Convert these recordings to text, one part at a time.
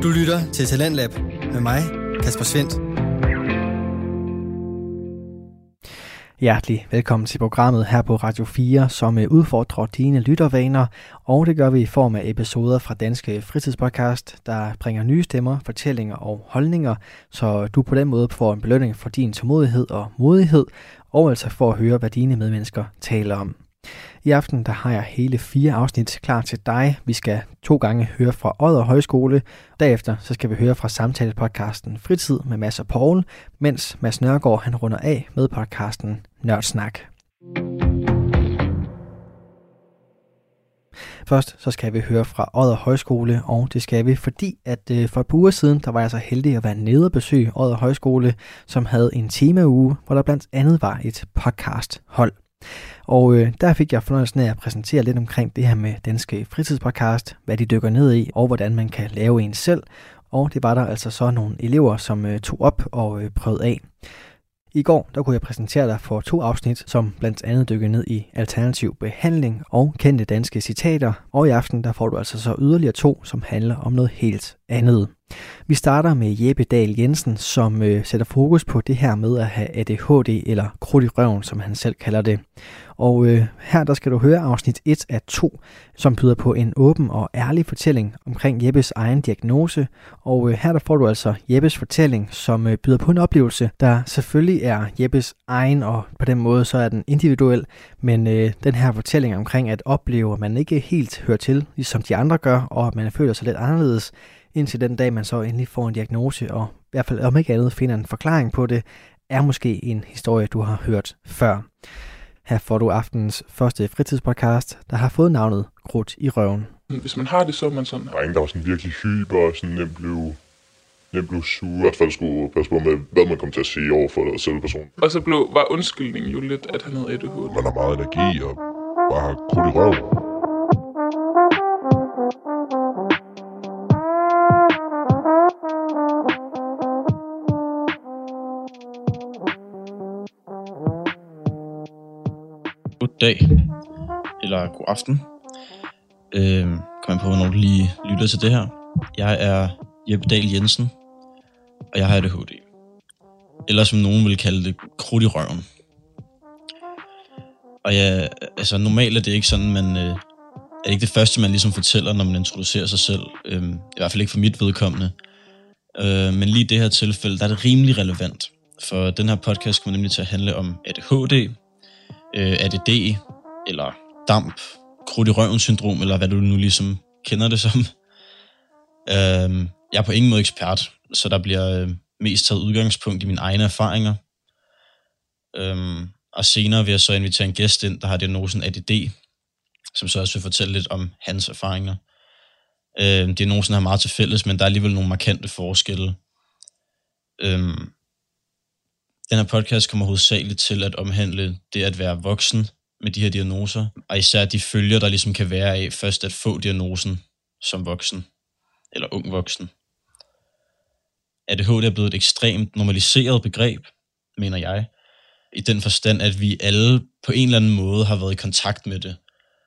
Du lytter til Talentlab med mig, Kasper Svendt. Hjertelig velkommen til programmet her på Radio 4, som udfordrer dine lyttervaner, og det gør vi i form af episoder fra Danske Fritidspodcast, der bringer nye stemmer, fortællinger og holdninger, så du på den måde får en belønning for din tålmodighed og modighed, og altså for at høre, hvad dine medmennesker taler om. I aften der har jeg hele 4 afsnit klar til dig. Vi skal 2 gange høre fra Odder Højskole. Derefter så skal vi høre fra samtalepodcasten Fritid med Mads og Paul, mens Mads Nørgaard han runder af med podcasten Nørdsnak. Først så skal vi høre fra Odder Højskole, og det skal vi, fordi at for et par uger siden, der var jeg så heldig at være nede og besøge Odder Højskole, som havde en temauge, hvor der blandt andet var et podcasthold. Og der fik jeg fornøjelsen af at præsentere lidt omkring det her med Danske Fritidspodcast, hvad de dykker ned i, og hvordan man kan lave en selv. Og det var der altså så nogle elever, som tog op og prøvede af. I går der kunne jeg præsentere dig for 2 afsnit, som blandt andet dykker ned i alternativ behandling og kendte danske citater. Og i aften der får du altså så yderligere 2, som handler om noget helt andet. Vi starter med Jeppe Dahl Jensen, som sætter fokus på det her med at have ADHD, eller krudt i røven, som han selv kalder det. Og her der skal du høre afsnit 1 af 2, som byder på en åben og ærlig fortælling omkring Jeppes egen diagnose. Og her der får du altså Jeppes fortælling, som byder på en oplevelse, der selvfølgelig er Jeppes egen, og på den måde så er den individuel. Men den her fortælling omkring at opleve, at man ikke helt hører til, ligesom de andre gør, og at man føler sig lidt anderledes, indtil den dag, man så endelig får en diagnose, og i hvert fald om ikke andet finder en forklaring på det, er måske en historie, du har hørt før. Her får du aftenens første fritidspodcast, der har fået navnet Krudt i røven. Hvis man har det, så er man sådan... Der var ingen, der var sådan virkelig hyper og sådan nemt blev sur. I hvert fald skulle passe på med, hvad man kom til at sige over for selv person. Og så var undskyldningen jo lidt, at han havde ADHD. Man har meget energi og bare har krudt i røven. God dag, eller god aften. Kom på, når du lige lytter til det her. Jeg er Jeppe Dahl Jensen, og jeg har ADHD. Eller som nogen vil kalde det, krudt i røven. Og ja, altså normalt er det ikke sådan, man er det ikke det første, man ligesom fortæller, når man introducerer sig selv. I hvert fald ikke for mit vedkommende. Men lige i det her tilfælde, der er det rimelig relevant. For den her podcast kommer nemlig til at handle om ADHD, ADD, eller DAMP, krudt i røven syndrom, eller hvad du nu ligesom kender det som. Jeg er på ingen måde ekspert, så der bliver mest taget udgangspunkt i mine egne erfaringer. Og senere vil jeg så invitere en gæst ind, der har diagnosen ADD, som så også vil fortælle lidt om hans erfaringer. Diagnosen har meget til fælles, men der er alligevel nogle markante forskelle. Den her podcast kommer hovedsageligt til at omhandle det at være voksen med de her diagnoser, og især de følger, der ligesom kan være af først at få diagnosen som voksen, eller ung voksen. ADHD er blevet et ekstremt normaliseret begreb, mener jeg, i den forstand, at vi alle på en eller anden måde har været i kontakt med det.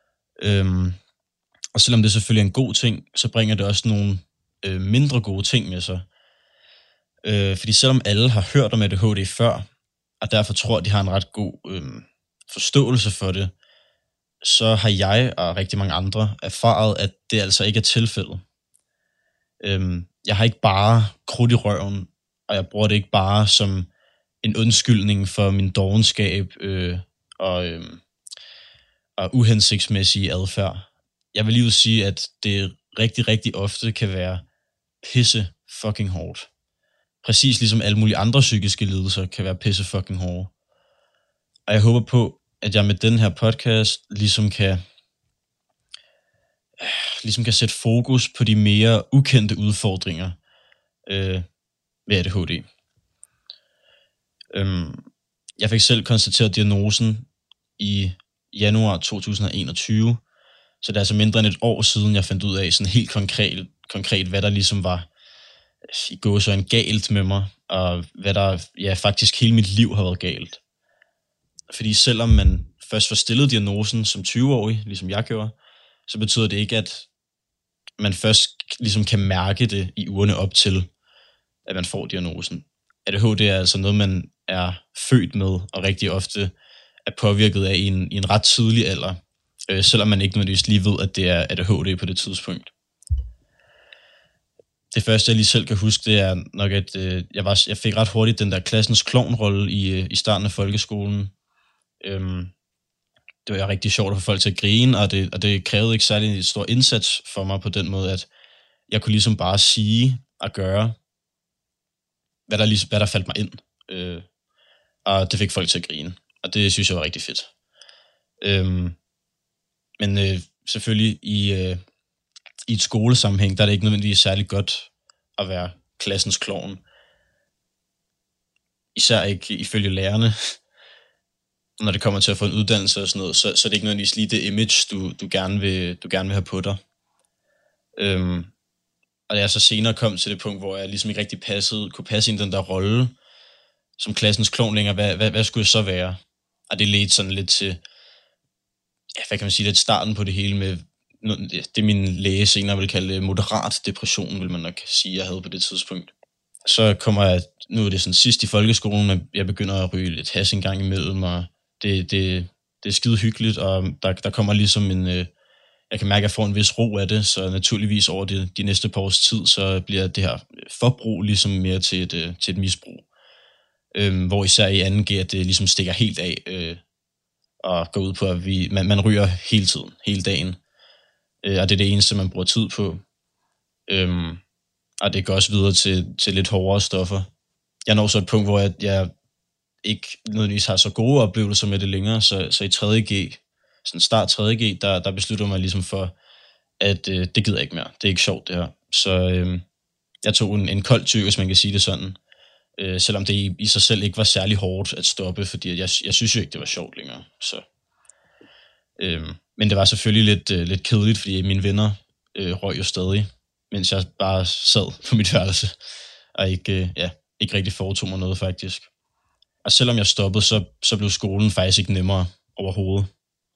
Og selvom det selvfølgelig er en god ting, så bringer det også nogle mindre gode ting med sig. Fordi selvom alle har hørt om ADHD før, og derfor tror, at de har en ret god forståelse for det, så har jeg og rigtig mange andre erfaret, at det altså ikke er tilfældet. Jeg har ikke bare krudt i røven, og jeg bruger det ikke bare som en undskyldning for min dovenskab og uhensigtsmæssige adfærd. Jeg vil lige sige, at det rigtig, rigtig ofte kan være pisse fucking hårdt. Præcis ligesom alle mulige andre psykiske lidelser kan være pisse fucking hårde. Og jeg håber på, at jeg med den her podcast ligesom kan sætte fokus på de mere ukendte udfordringer ved ADHD. Jeg fik selv konstateret diagnosen i januar 2021, så det er altså mindre end et år siden, jeg fandt ud af sådan helt konkret hvad der ligesom var i gåseøjne galt med mig, og hvad der faktisk hele mit liv har været galt. Fordi selvom man først får stillet diagnosen som 20-årig, ligesom jeg gjorde, så betyder det ikke, at man først ligesom kan mærke det i ugerne op til, at man får diagnosen. ADHD er altså noget, man er født med, og rigtig ofte er påvirket af i en ret tidlig alder, selvom man ikke nødvendigvis lige ved, at det er ADHD på det tidspunkt. Det første, jeg lige selv kan huske, det er nok, at jeg fik ret hurtigt den der klassens klovnrolle i starten af folkeskolen. Det var rigtig sjovt at få folk til at grine, og det krævede ikke særlig en stor indsats for mig på den måde, at jeg kunne ligesom bare sige og gøre, hvad der faldt mig ind. Og det fik folk til at grine, og det synes jeg var rigtig fedt. Men selvfølgelig i et skolesammenhæng, der er det ikke nødvendigvis særlig godt at være klassens klovn. Især ikke ifølge lærerne. Når det kommer til at få en uddannelse og sådan noget, så er det ikke nødvendigvis lige det image, du gerne vil have på dig. Og da jeg så senere kom til det punkt, hvor jeg ligesom ikke rigtig kunne passe ind i den der rolle som klassens klovn længere, hvad skulle jeg så være? Og det ledte sådan lidt til, ja, hvad kan man sige, lidt starten på det hele med, det min læge senere ville kalde moderat depression, vil man nok sige, jeg havde på det tidspunkt. Så kommer jeg, nu er det sådan sidst i folkeskolen, at jeg begynder at ryge lidt hash en gang imellem, og det er skide hyggeligt, og der kommer ligesom jeg kan mærke, at jeg får en vis ro af det, så naturligvis over de næste par års tid, så bliver det her forbrug ligesom mere til et misbrug. Hvor især i 2G, at det ligesom stikker helt af, og går ud på, at man ryger hele tiden, hele dagen. Og det er det eneste, man bruger tid på. Og det går også videre til lidt hårdere stoffer. Jeg når så et punkt, hvor jeg ikke nødvendigvis har så gode oplevelser med det længere, så i 3.G, sådan start 3.G, der beslutter mig ligesom for, at det gider jeg ikke mere. Det er ikke sjovt, det her. Så jeg tog en kold tyk, hvis man kan sige det sådan. Selvom det i sig selv ikke var særlig hårdt at stoppe, fordi jeg synes jo ikke, det var sjovt længere. Så, men det var selvfølgelig lidt kedeligt, fordi mine venner røg jo stadig, mens jeg bare sad på mit værelse, og ikke rigtig foretog mig noget faktisk. Og selvom jeg stoppede, så blev skolen faktisk ikke nemmere overhovedet.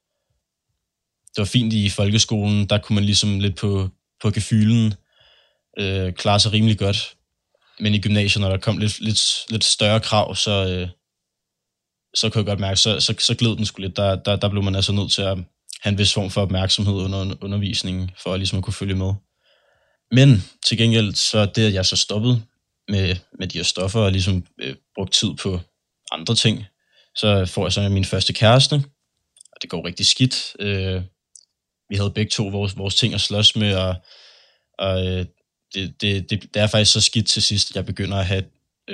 Det var fint i folkeskolen, der kunne man ligesom lidt på gefylen klare sig rimelig godt. Men i gymnasiet, når der kom lidt større krav, så kunne jeg godt mærke, så gled den sgu lidt. Der blev man altså nødt til at have en vis form for opmærksomhed under undervisningen, for ligesom at kunne følge med. Men til gengæld, så det, at jeg så stoppede med de her stoffer, og ligesom brugt tid på andre ting, så får jeg så min første kæreste, og det går rigtig skidt. Vi havde begge to vores ting at slås med, og det er faktisk så skidt til sidst, at jeg begynder at have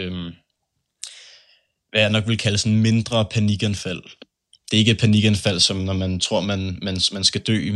hvad jeg nok vil kalde sådan mindre panikanfald. Det er ikke et panikanfald, som når man tror, man skal dø,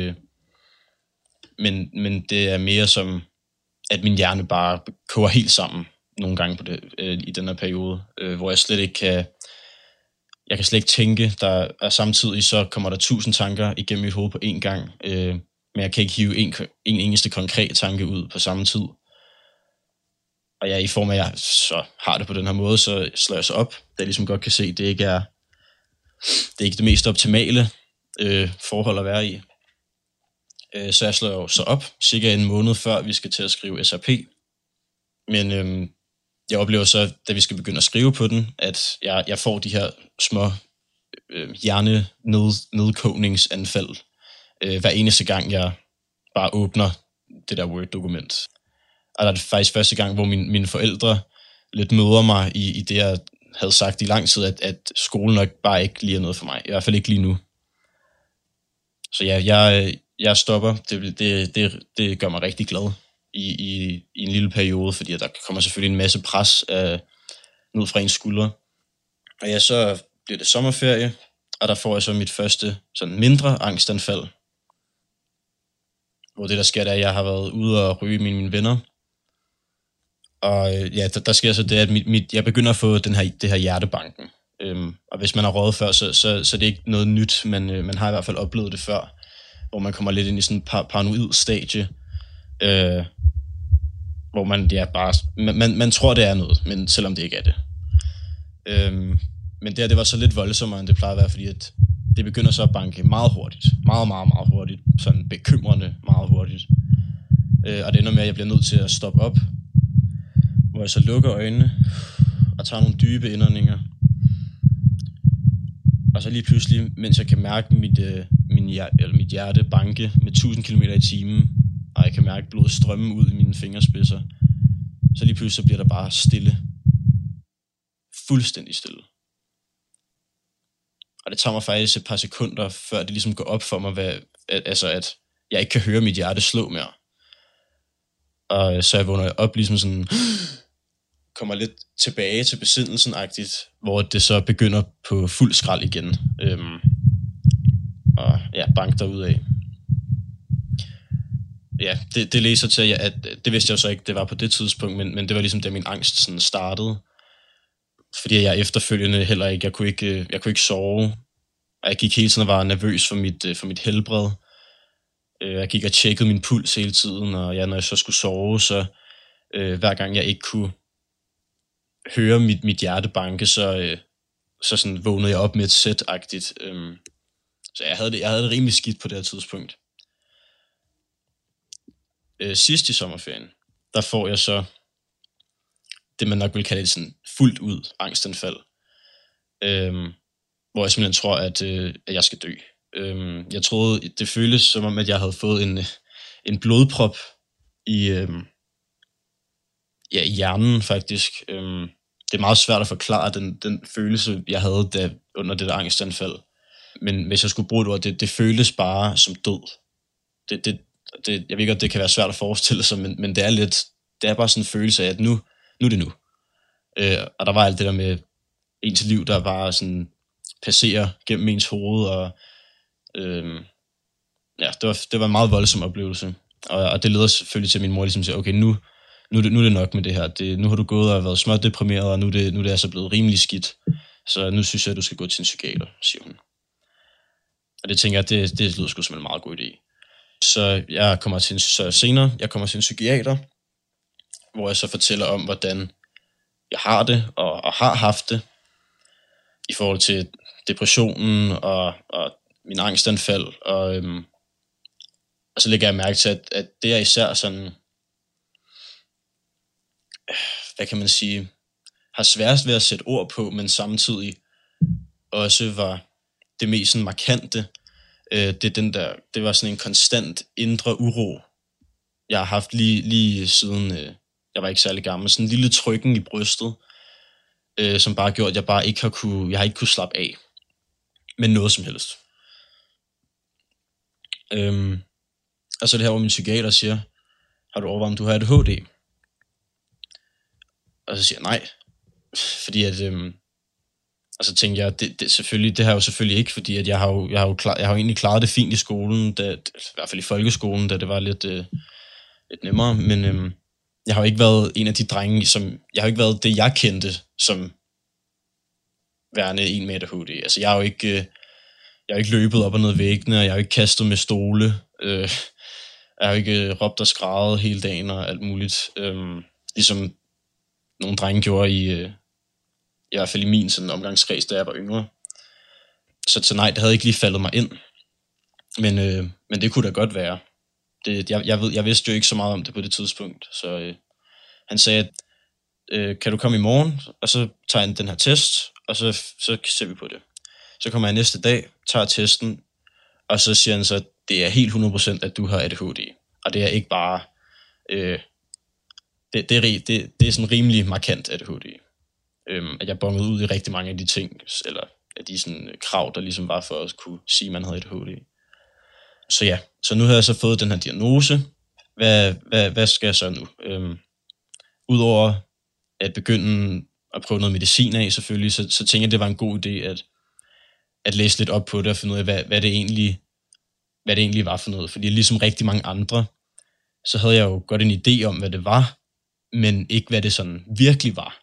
men det er mere som, at min hjerne bare koger helt sammen nogle gange i den her periode, hvor jeg slet ikke jeg kan slet ikke tænke, der er samtidig så kommer der 1000 tanker igennem mit hoved på én gang, men jeg kan ikke hive en eneste konkret tanke ud på samme tid. Og i form af, at jeg så har det på den her måde, så slår jeg så op, da jeg ligesom godt kan se, det ikke er det mest optimale forhold at være i. Så jeg slår jo så op, cirka en måned før vi skal til at skrive SRP. Men jeg oplever så, da vi skal begynde at skrive på den, at jeg får de her små hjernenedkogningsanfald hver eneste gang, jeg bare åbner det der Word-dokument. Og der er det faktisk første gang, hvor mine forældre lidt møder mig i det, jeg havde sagt i lang tid, at skolen nok bare ikke lige er noget for mig. I hvert fald ikke lige nu. Så jeg stopper. Det gør mig rigtig glad i en lille periode, fordi der kommer selvfølgelig en masse pres ned fra ens skuldre. Og så bliver det sommerferie, og der får jeg så mit første sådan mindre angstanfald. Hvor det der sker, er, at jeg har været ude og ryge med mine venner. Og der sker så det, at jeg begynder at få det her hjertebanken. Og hvis man har røget før, så er det ikke noget nyt, men man har i hvert fald oplevet det før, hvor man kommer lidt ind i sådan en paranoid stadie, hvor man tror, det er noget, men selvom det ikke er det. Men det var så lidt voldsommere, end det plejer at være, fordi at det begynder så at banke meget hurtigt. Meget, meget, meget hurtigt. Sådan bekymrende meget hurtigt. Og det ender med, at jeg bliver nødt til at stoppe op, hvor jeg så lukker øjnene og tager nogle dybe indåndinger. Og så lige pludselig, mens jeg kan mærke mit hjerte banke med 1000 km i timen, og jeg kan mærke blodet strømme ud i mine fingerspidser, så lige pludselig bliver der bare stille. Fuldstændig stille. Og det tager mig faktisk et par sekunder, før det ligesom går op for mig, at jeg ikke kan høre mit hjerte slå mere. Og så jeg vågner op ligesom sådan, kommer lidt tilbage til besindelsen-agtigt, hvor det så begynder på fuld skrald igen. Og ja, bank derudad. Ja, det læser til, at det vidste jeg jo så ikke, det var på det tidspunkt, men det var ligesom, da min angst sådan startede. Fordi jeg efterfølgende heller ikke, jeg kunne ikke sove. Og jeg gik hele tiden og var nervøs for mit helbred. Jeg gik og tjekkede min puls hele tiden, og ja, når jeg så skulle sove, så hver gang jeg ikke kunne høre mit hjerte banke, så sådan vågnede jeg op med et sæt-agtigt. Så jeg havde det rimelig skidt på det her tidspunkt. Sidst i sommerferien, der får jeg så det, man nok vil kalde det sådan fuldt ud angstanfald. Hvor jeg simpelthen tror, at jeg skal dø. Jeg troede, det føltes som om, at jeg havde fået en blodprop i hjernen faktisk. Det er meget svært at forklare den følelse, jeg havde under det der angstanfald. Men hvis jeg skulle bruge et ord, det føltes bare som død. Jeg ved godt, det kan være svært at forestille sig, men det er bare sådan en følelse af, at nu er det nu. Og der var alt det der med ens liv, der bare sådan passerer gennem ens hoved, og ja, det var en meget voldsom oplevelse. Og det leder selvfølgelig til, at min mor ligesom siger, okay, nu er det nok med det her. Nu har du gået og været småt deprimeret, og nu er det altså blevet rimelig skidt. Så nu synes jeg, at du skal gå til en psykiater, siger hun. Og det tænker jeg, det lyder sgu som en meget god idé. Så jeg kommer til en psykiater, hvor jeg så fortæller om, hvordan jeg har det, og har haft det, i forhold til depressionen og min angstanfald. Og så lægger jeg mærke til, at det er især sådan, hvad kan man sige, har sværest ved at sætte ord på, men samtidig også var det mest sådan markante. Det var sådan en konstant indre uro, jeg har haft lige siden jeg var ikke særlig gammel. Sådan en lille trykken i brystet, som bare gjorde, at jeg ikke har kunne slappe af med noget som helst. Og så det her, hvor min psykiater siger, har du overvejet, om du har ADHD? Og så siger jeg nej, fordi at og så tænkte jeg, det har jeg jo selvfølgelig ikke, fordi at jeg har jo egentlig klaret det fint i skolen, i hvert fald i folkeskolen, da det var lidt nemmere, men jeg har jo ikke været en af de drenge, jeg har ikke været det, jeg kendte som værende en med ADHD. Altså jeg har jo ikke løbet op og ned væggene, og jeg har jo ikke kastet med stole, jeg har jo ikke råbt og skrædet hele dagen og alt muligt, ligesom nogle drenge gjorde i hvert fald i min sådan omgangskreds, da jeg var yngre. Så nej, det havde ikke lige faldet mig ind. Men det kunne da godt være. Jeg vidste jo ikke så meget om det på det tidspunkt. Så han sagde, at kan du komme i morgen, og så tager jeg den her test, og så ser vi på det. Så kommer jeg næste dag, tager testen, og så siger han så, at det er helt 100%, at du har ADHD. Og det er ikke bare... det er sådan rimelig markant ADHD. At jeg bongede ud i rigtig mange af de ting, eller af de sådan krav, der ligesom var for at kunne sige, at man havde ADHD. Så ja, så nu har jeg så fået den her diagnose. Hvad skal jeg så nu? Udover at begynde at prøve noget medicin af, selvfølgelig, så tænker jeg, det var en god idé at læse lidt op på det og finde ud af, hvad det egentlig var for noget. Fordi ligesom rigtig mange andre, så havde jeg jo godt en idé om, hvad det var, men ikke hvad det sådan virkelig var.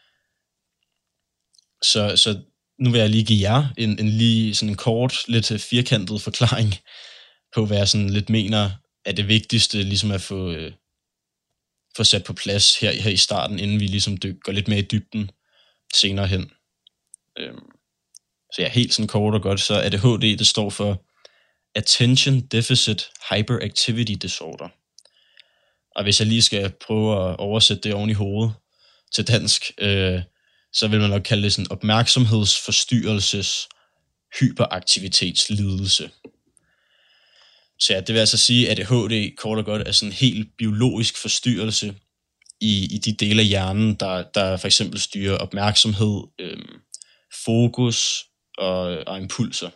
Så nu vil jeg lige give jer en lige sådan en kort, lidt firkantet forklaring på, hvad jeg sådan lidt mener er det vigtigste, ligesom at få sat på plads her i starten, inden vi ligesom går lidt mere i dybden senere hen. Så ja, helt sådan kort og godt, så ADHD, det står for Attention Deficit Hyperactivity Disorder. Og hvis jeg lige skal prøve at oversætte det oven i hovedet til dansk, så vil man nok kalde det sådan opmærksomhedsforstyrrelses hyperaktivitetslidelse. Så ja, det vil altså sige, at ADHD kort og godt er sådan en helt biologisk forstyrrelse i de dele af hjernen, der for eksempel styrer opmærksomhed, fokus og impulser.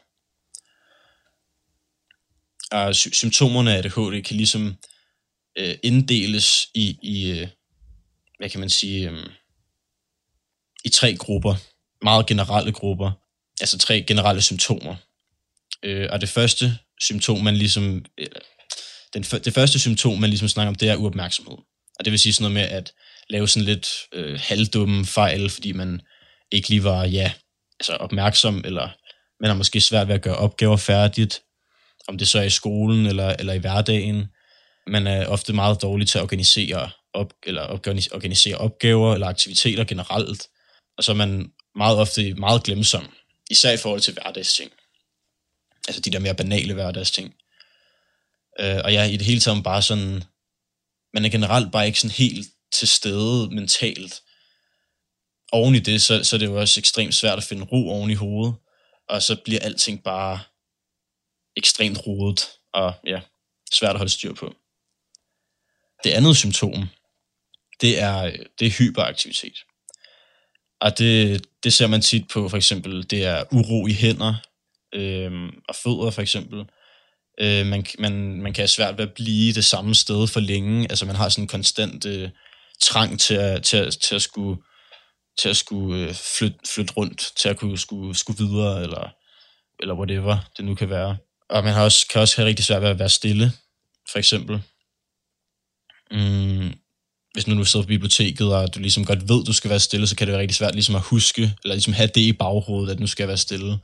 Og symptomerne af ADHD kan ligesom inddeles i hvad kan man sige, i 3 grupper, meget generelle grupper, altså 3 generelle symptomer. Og det første symptom, man ligesom, det første symptom, man ligesom snakker om, det er uopmærksomhed. Og det vil sige sådan noget med at lave sådan lidt halvdumme fejl, fordi man ikke lige var, opmærksom, eller man har måske svært ved at gøre opgaver færdigt, om det så er i skolen eller i hverdagen. Man er ofte meget dårlig til at organisere opgaver eller aktiviteter generelt, og så er man meget ofte meget glemsom, især i forhold til hverdagsting. Altså de der mere banale hverdagsting. Og ja, i det hele taget bare sådan, man er generelt bare ikke sådan helt til stede mentalt. Oven i det, så er det jo også ekstremt svært at finde ro oven i hovedet, og så bliver alting bare ekstremt rodet, og ja, svært at holde styr på. Det andet symptom, det er hyperaktivitet. Og det ser man tit på, for eksempel, det er uro i hænder og fødder, for eksempel. Man kan have svært ved at blive det samme sted for længe. Altså man har sådan en konstant trang til at skulle flytte rundt, til at kunne skulle videre, eller whatever det nu kan være. Og man kan også have rigtig svært ved at være stille, for eksempel. Hvis nu sidder på biblioteket, og du ligesom godt ved, du skal være stille, så kan det være rigtig svært ligesom at huske, eller ligesom have det i baghovedet, at nu skal jeg være stille.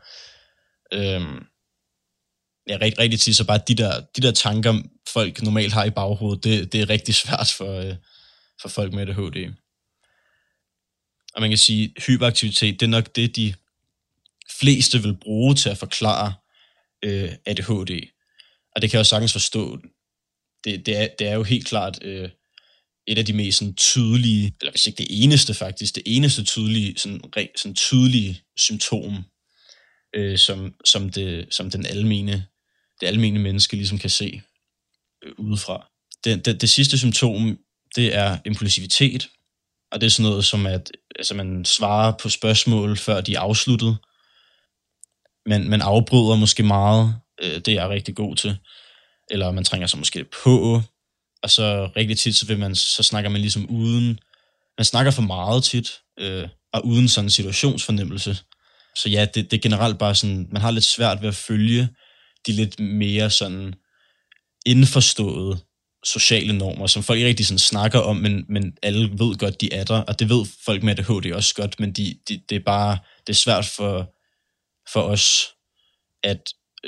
Rigtig tit, så bare de der tanker, folk normalt har i baghovedet, det er rigtig svært for folk med ADHD. Og man kan sige, hyperaktivitet, det er nok det, de fleste vil bruge til at forklare ADHD. Og det kan jeg jo sagtens forstå. Det er jo helt klart et af de mest sådan tydelige, eller hvis ikke det eneste faktisk, det eneste tydelige, sådan tydelige symptom, som det almene menneske ligesom kan se udefra. Det sidste symptom, det er impulsivitet, og det er sådan noget som at man svarer på spørgsmål, før de er afsluttet. Man afbryder måske meget, det er jeg rigtig god til, eller man trænger sig måske på, og så rigtig tit, så snakker man ligesom man snakker for meget tit, og uden sådan en situationsfornemmelse. Så ja, det er generelt bare sådan, man har lidt svært ved at følge de lidt mere sådan indforståede sociale normer, som folk ikke rigtig sådan snakker om, men alle ved godt, de er der, og det ved folk med ADHD også godt, men det er svært for os at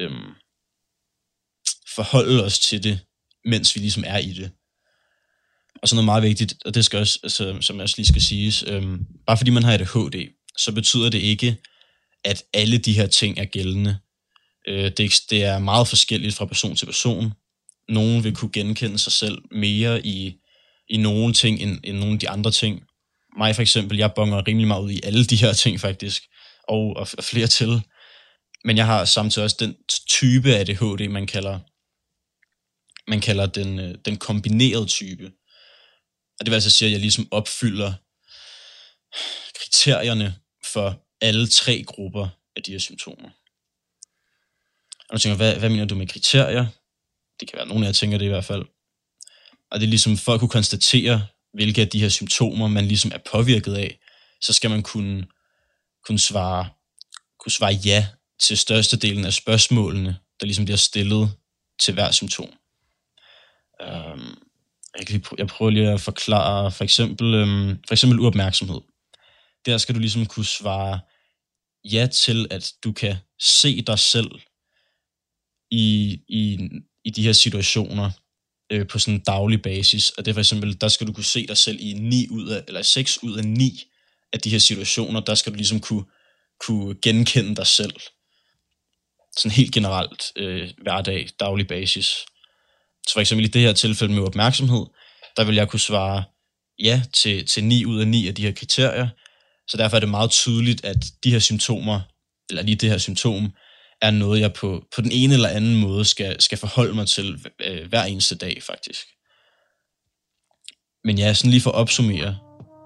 forholde os til det, mens vi ligesom er i det. Og så noget meget vigtigt, og det skal også, som jeg også lige skal siges, bare fordi man har ADHD, så betyder det ikke, at alle de her ting er gældende. Det er meget forskelligt fra person til person. Nogen vil kunne genkende sig selv mere i nogle ting, end nogle af de andre ting. Mig for eksempel, jeg bonger rimelig meget ud i alle de her ting faktisk, og flere til. Men jeg har samtidig også den type af ADHD, man kalder den kombinerede type. Og det vil altså sige, at jeg ligesom opfylder kriterierne for alle 3 grupper af de her symptomer. Og du tænker, hvad mener du med kriterier? Det kan være, nogle af jer tænker det i hvert fald. Og det er ligesom, for at kunne konstatere, hvilke af de her symptomer, man ligesom er påvirket af, så skal man kunne svare ja til størstedelen af spørgsmålene, der ligesom bliver stillet til hver symptom. Jeg prøver lige at forklare, for eksempel uopmærksomhed. Der skal du ligesom kunne svare ja til, at du kan se dig selv i de her situationer på sådan en daglig basis. Og det er for eksempel, der skal du kunne se dig selv i 6 ud af 9 af de her situationer, der skal du ligesom kunne genkende dig selv. Sådan helt generelt hverdag, daglig basis. Så for eksempel i det her tilfælde med opmærksomhed, der vil jeg kunne svare ja til 9 ud af 9 af de her kriterier. Så derfor er det meget tydeligt, at de her symptomer, eller lige det her symptom, er noget, jeg på den ene eller anden måde skal forholde mig til hver eneste dag, faktisk. Men ja, sådan lige for at opsummere.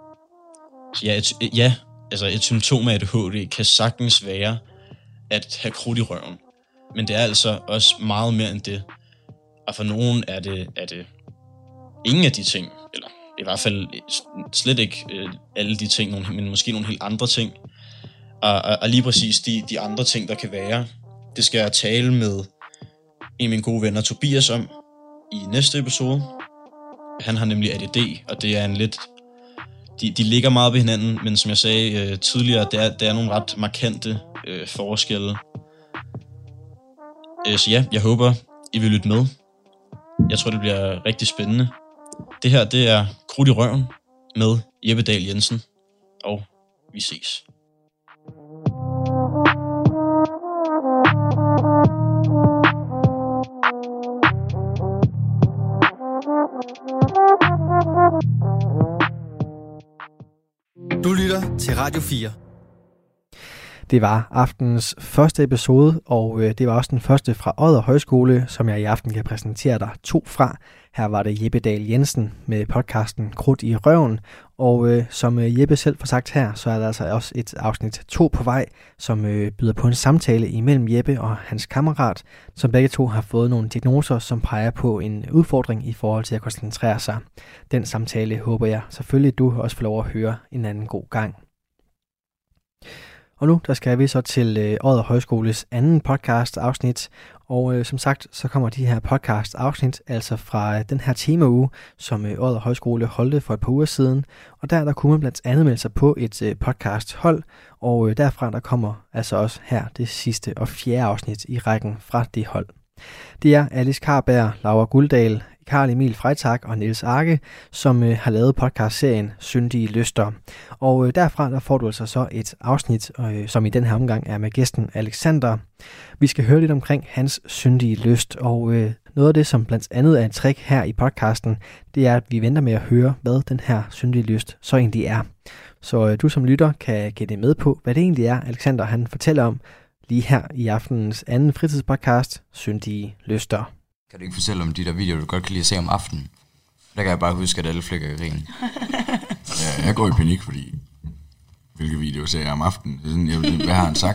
Så et symptom af ADHD kan sagtens være at have krudt i røven. Men det er altså også meget mere end det. Og for nogen er det ingen af de ting, eller i hvert fald slet ikke alle de ting, men måske nogle helt andre ting. Og lige præcis de andre ting, der kan være, det skal jeg tale med en af mine gode venner, Tobias, om i næste episode. Han har nemlig ADD, og det er en lidt... De ligger meget ved hinanden, men som jeg sagde tidligere, der er nogle ret markante forskelle. Så ja, jeg håber, I vil lytte med. Jeg tror, det bliver rigtig spændende. Det her, det er Krudt i røven med Jeppe Dahl Jensen, og vi ses. Du lytter til Radio 4. Det var aftenens første episode, og det var også den første fra Odder Højskole, som jeg i aften kan præsentere dig 2 fra. Her var det Jeppe Dahl Jensen med podcasten Krudt i røven, og som Jeppe selv får sagt her, så er der altså også et afsnit 2 på vej, som byder på en samtale imellem Jeppe og hans kammerat, som begge to har fået nogle diagnoser, som peger på en udfordring i forhold til at koncentrere sig. Den samtale håber jeg selvfølgelig, du også får lov at høre en anden god gang. Og nu der skal vi så til Odder Højskoles anden podcast afsnit, og som sagt så kommer de her podcast afsnit altså fra den her temauge, som Odder Højskole holdte for et par uger siden, og der kunne man blandt andet melde sig på et podcast hold, og derfra der kommer altså også her det sidste og 4. afsnit i rækken fra det hold. Det er Alice Karberg, Laura Guldal, Karl Emil Freitag og Niels Arke, som har lavet podcastserien Syndige Lyster. Og derfra der får du altså så et afsnit, som i den her omgang er med gæsten Alexander. Vi skal høre lidt omkring hans syndige lyst, og noget af det, som blandt andet er en trick her i podcasten, det er, at vi venter med at høre, hvad den her syndige lyst så egentlig er. Så du som lytter kan gætte med på, hvad det egentlig er, Alexander han fortæller om, lige her i aftenens anden fritidspodcast, Syndige Lyster. Kan du ikke fortælle om de der videoer, du godt kan lide at se om aftenen? Der kan jeg bare huske, at alle flækker i grin. Ja, jeg går i panik, fordi hvilke videoer ser jeg om aftenen? Sådan, hvad har han sagt?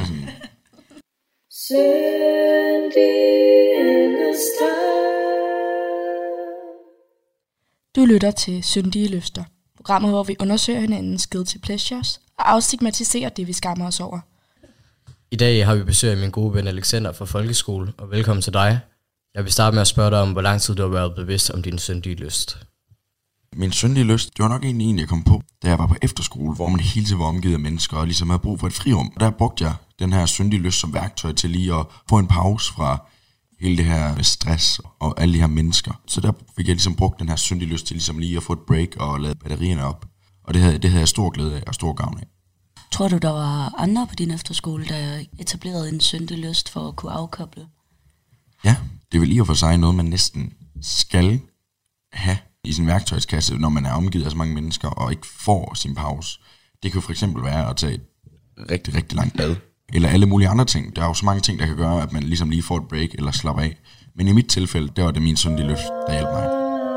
Du lytter til Syndige Lyster, programmet, hvor vi undersøger hinandens guilty pleasures og afstigmatiserer det, vi skammer os over. I dag har vi besøg af min gode ven Alexander fra folkeskole, og velkommen til dig. Jeg vil starte med at spørge dig om, hvor lang tid du har været bevidst om din syndige lyst. Min syndige lyst, det var nok egentlig en, jeg kom på, da jeg var på efterskole, hvor man hele tiden var omgivet af mennesker og ligesom havde brug for et frirum. Og der brugte jeg den her syndige lyst som værktøj til lige at få en pause fra hele det her stress og alle de her mennesker. Så der fik jeg ligesom brugt den her syndige lyst til ligesom lige at få et break og lade batterierne op. Og det havde jeg stor glæde af og stor gavn af. Tror du, der var andre på din efterskole, der etablerede en syndig lyst for at kunne afkoble? Ja, det vil i og for sig noget, man næsten skal have i sin værktøjskasse, når man er omgivet af så mange mennesker og ikke får sin pause. Det kan jo for eksempel være at tage et rigtig, rigtig langt bad. Eller alle mulige andre ting. Der er jo så mange ting, der kan gøre, at man ligesom lige får et break eller slapper af. Men i mit tilfælde, der var det min syndige lyst, der hjalp mig.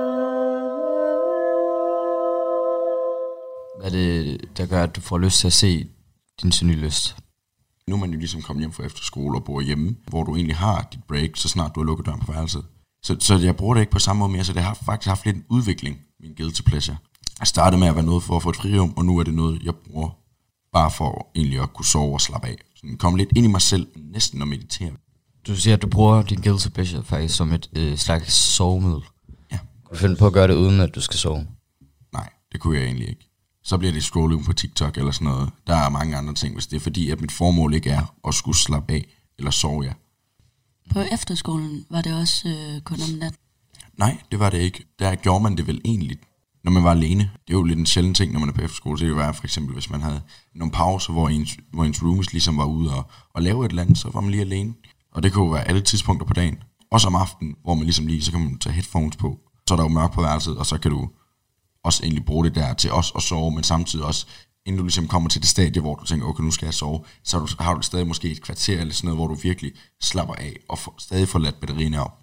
Hvad er det, der gør, at du får lyst til at se din syndige lyst? Nu er man jo ligesom kommet hjem fra efterskole og bor hjemme, hvor du egentlig har dit break, så snart du har lukket døren på værelset. Så jeg bruger det ikke på samme måde mere, så det har faktisk haft lidt en udvikling, min guilty pleasure. Jeg startede med at være noget for at få et frirum, og nu er det noget, jeg bruger bare for egentlig at kunne sove og slappe af. Så komme lidt ind i mig selv, næsten at meditere. Du siger, at du bruger din guilty pleasure faktisk som et slags sovemiddel. Ja. Kunne du finde på at gøre det, uden at du skal sove? Nej, det kunne jeg egentlig ikke. Så bliver det scrolling på TikTok eller sådan noget. Der er mange andre ting, hvis det er fordi, at mit formål ikke er at skulle slappe af eller sove, ja. På efterskolen var det også kun om natten? Nej, det var det ikke. Der gjorde man det vel egentlig, når man var alene. Det er jo lidt en sjælden ting, når man er på efterskole. Så det kunne være for eksempel, hvis man havde nogle pauser, hvor ens roomies ligesom var ude og lave et eller andet, så var man lige alene. Og det kunne jo være alle tidspunkter på dagen. Også om aftenen, hvor man ligesom lige, så kan man tage headphones på. så er der jo mørkt på værelset, og så kan du også egentlig bruge det der til også at sove, men samtidig også, inden du ligesom kommer til det stadie, hvor du tænker, okay, nu skal jeg sove, så har du stadig måske et kvarter eller sådan noget, hvor du virkelig slapper af og stadig får ladt batterierne op.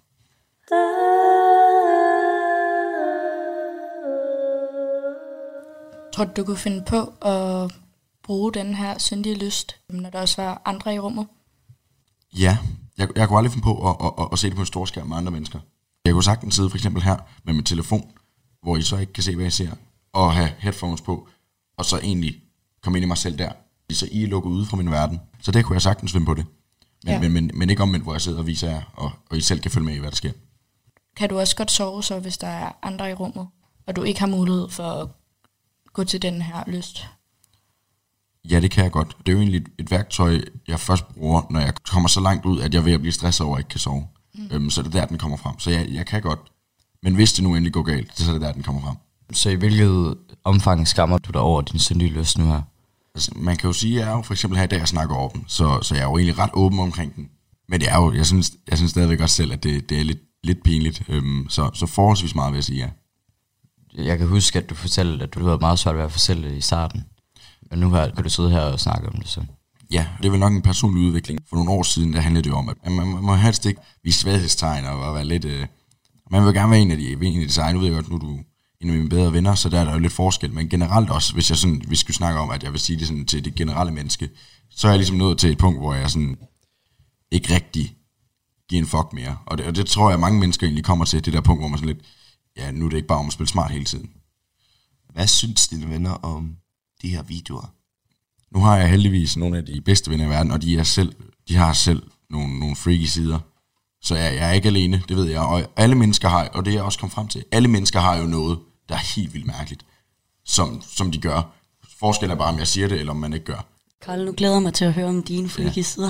Tror du kunne finde på at bruge den her syndige lyst, når der også var andre i rummet? Ja, jeg kunne aldrig finde på at se det på en stor skærm med andre mennesker. Jeg kunne sagtens sidde for eksempel her med min telefon, hvor I så ikke kan se, hvad jeg ser, og have headphones på, og så egentlig komme ind i mig selv der. Så I er lukket ude fra min verden. Så det kunne jeg sagtens finde på det. Men ikke omvendt, hvor jeg sidder og viser jer, og I selv kan følge med i, hvad der sker. Kan du også godt sove så, hvis der er andre i rummet, og du ikke har mulighed for at gå til den her lyst? Ja, det kan jeg godt. Det er jo egentlig et værktøj, jeg først bruger, når jeg kommer så langt ud, at jeg er ved at blive stresset over, at jeg ikke kan sove. Så det er der, den kommer frem. Så jeg kan godt. Men hvis det nu endelig går galt, så er det der, den kommer frem. Så i hvilket omfang skammer du dig over din syndige lyst nu her? Altså, man kan jo sige, at jeg er jo for eksempel her i dag, jeg snakker over den. Så jeg er jo egentlig ret åben omkring den. Men det er jo, jeg synes stadigvæk også selv, at det er lidt pinligt. Så forholdsvis meget vil jeg sige, ja. Jeg kan huske, at du fortalte, at du havde meget svært ved at fortælle det i starten. Men nu kan du sidde her og snakke om det så. Ja, det er vel nok en personlig udvikling. For nogle år siden, der handlede det jo om, at man må helst ikke vise svaghedstegn og være lidt... Man vil gerne være en af de seje. Nu ved jeg godt, nu er du en af mine bedre venner, så der er jo lidt forskel. Men generelt også, hvis vi skulle snakke om, at jeg vil sige det sådan til det generelle menneske, så er jeg ligesom nået til et punkt, hvor jeg sådan ikke rigtig giver en fuck mere. Og det tror jeg, mange mennesker egentlig kommer til, det der punkt, hvor man sådan lidt, ja, nu er det ikke bare om at spille smart hele tiden. Hvad synes dine venner om de her videoer? Nu har jeg heldigvis nogle af de bedste venner i verden, og de har selv nogle freaky sider. Så jeg er ikke alene, det ved jeg. Og alle mennesker har, og det er jeg også kommet frem til, alle mennesker har jo noget, der er helt vildt mærkeligt, som de gør. Forskellen er bare, om jeg siger det, eller om man ikke gør. Karl, nu glæder jeg mig til at høre om dine freaky sider.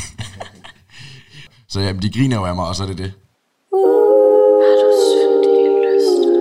Så ja, de griner jo af mig, og så er det det. Har du syndige lyster?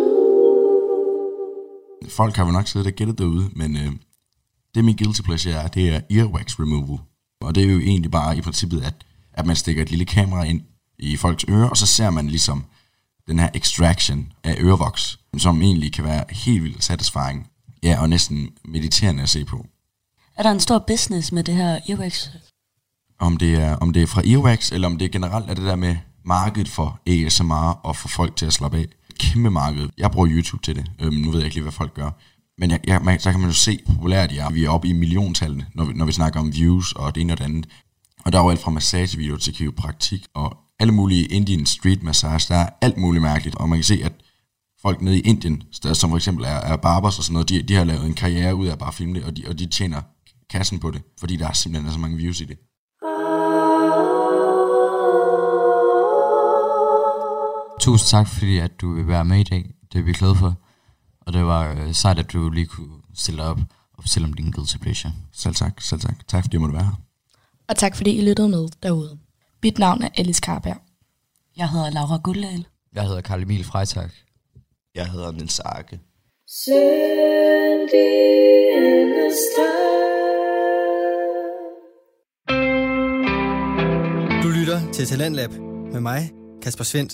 Folk har jo nok siddet og gættet derude, men det min guilty pleasure er, det er earwax removal. Og det er jo egentlig bare i princippet, at man stikker et lille kamera ind i folks ører, og så ser man ligesom den her extraction af ørevoks, som egentlig kan være helt vildt satisfying. Ja, og næsten mediterende at se på. Er der en stor business med det her earwax? Om det er fra earwax, eller om det generelt er det der med markedet for ASMR og få folk til at slappe af. Kæmpe marked. Jeg bruger YouTube til det. Nu ved jeg ikke lige, hvad folk gør. Men så kan man jo se, hvor populært de er. Vi er oppe i milliontallene, når vi snakker om views og det ene og det andet. Og der er jo alt fra massagevideoer til kiropraktik og alle mulige Indian street massage. Der er alt muligt mærkeligt. Og man kan se, at folk nede i Indien, som for eksempel er barbers og sådan noget, de har lavet en karriere ud af bare at filme det, og de tjener kassen på det, fordi der er simpelthen så mange views i det. Tusind tak, fordi at du vil være med i dag. Det er vi glade for. Og det var sejt, at du lige kunne stille op og fortælle om din guilty pleasure. Selv tak. Tak fordi jeg måtte være her. Og tak fordi I lyttede med derude. Mit navn er Alice Karberg. Jeg hedder Laura Guldal. Jeg hedder Karl Emil Freitag. Jeg hedder Niels Arke. Du lytter til Talentlab med mig, Kasper Svendt.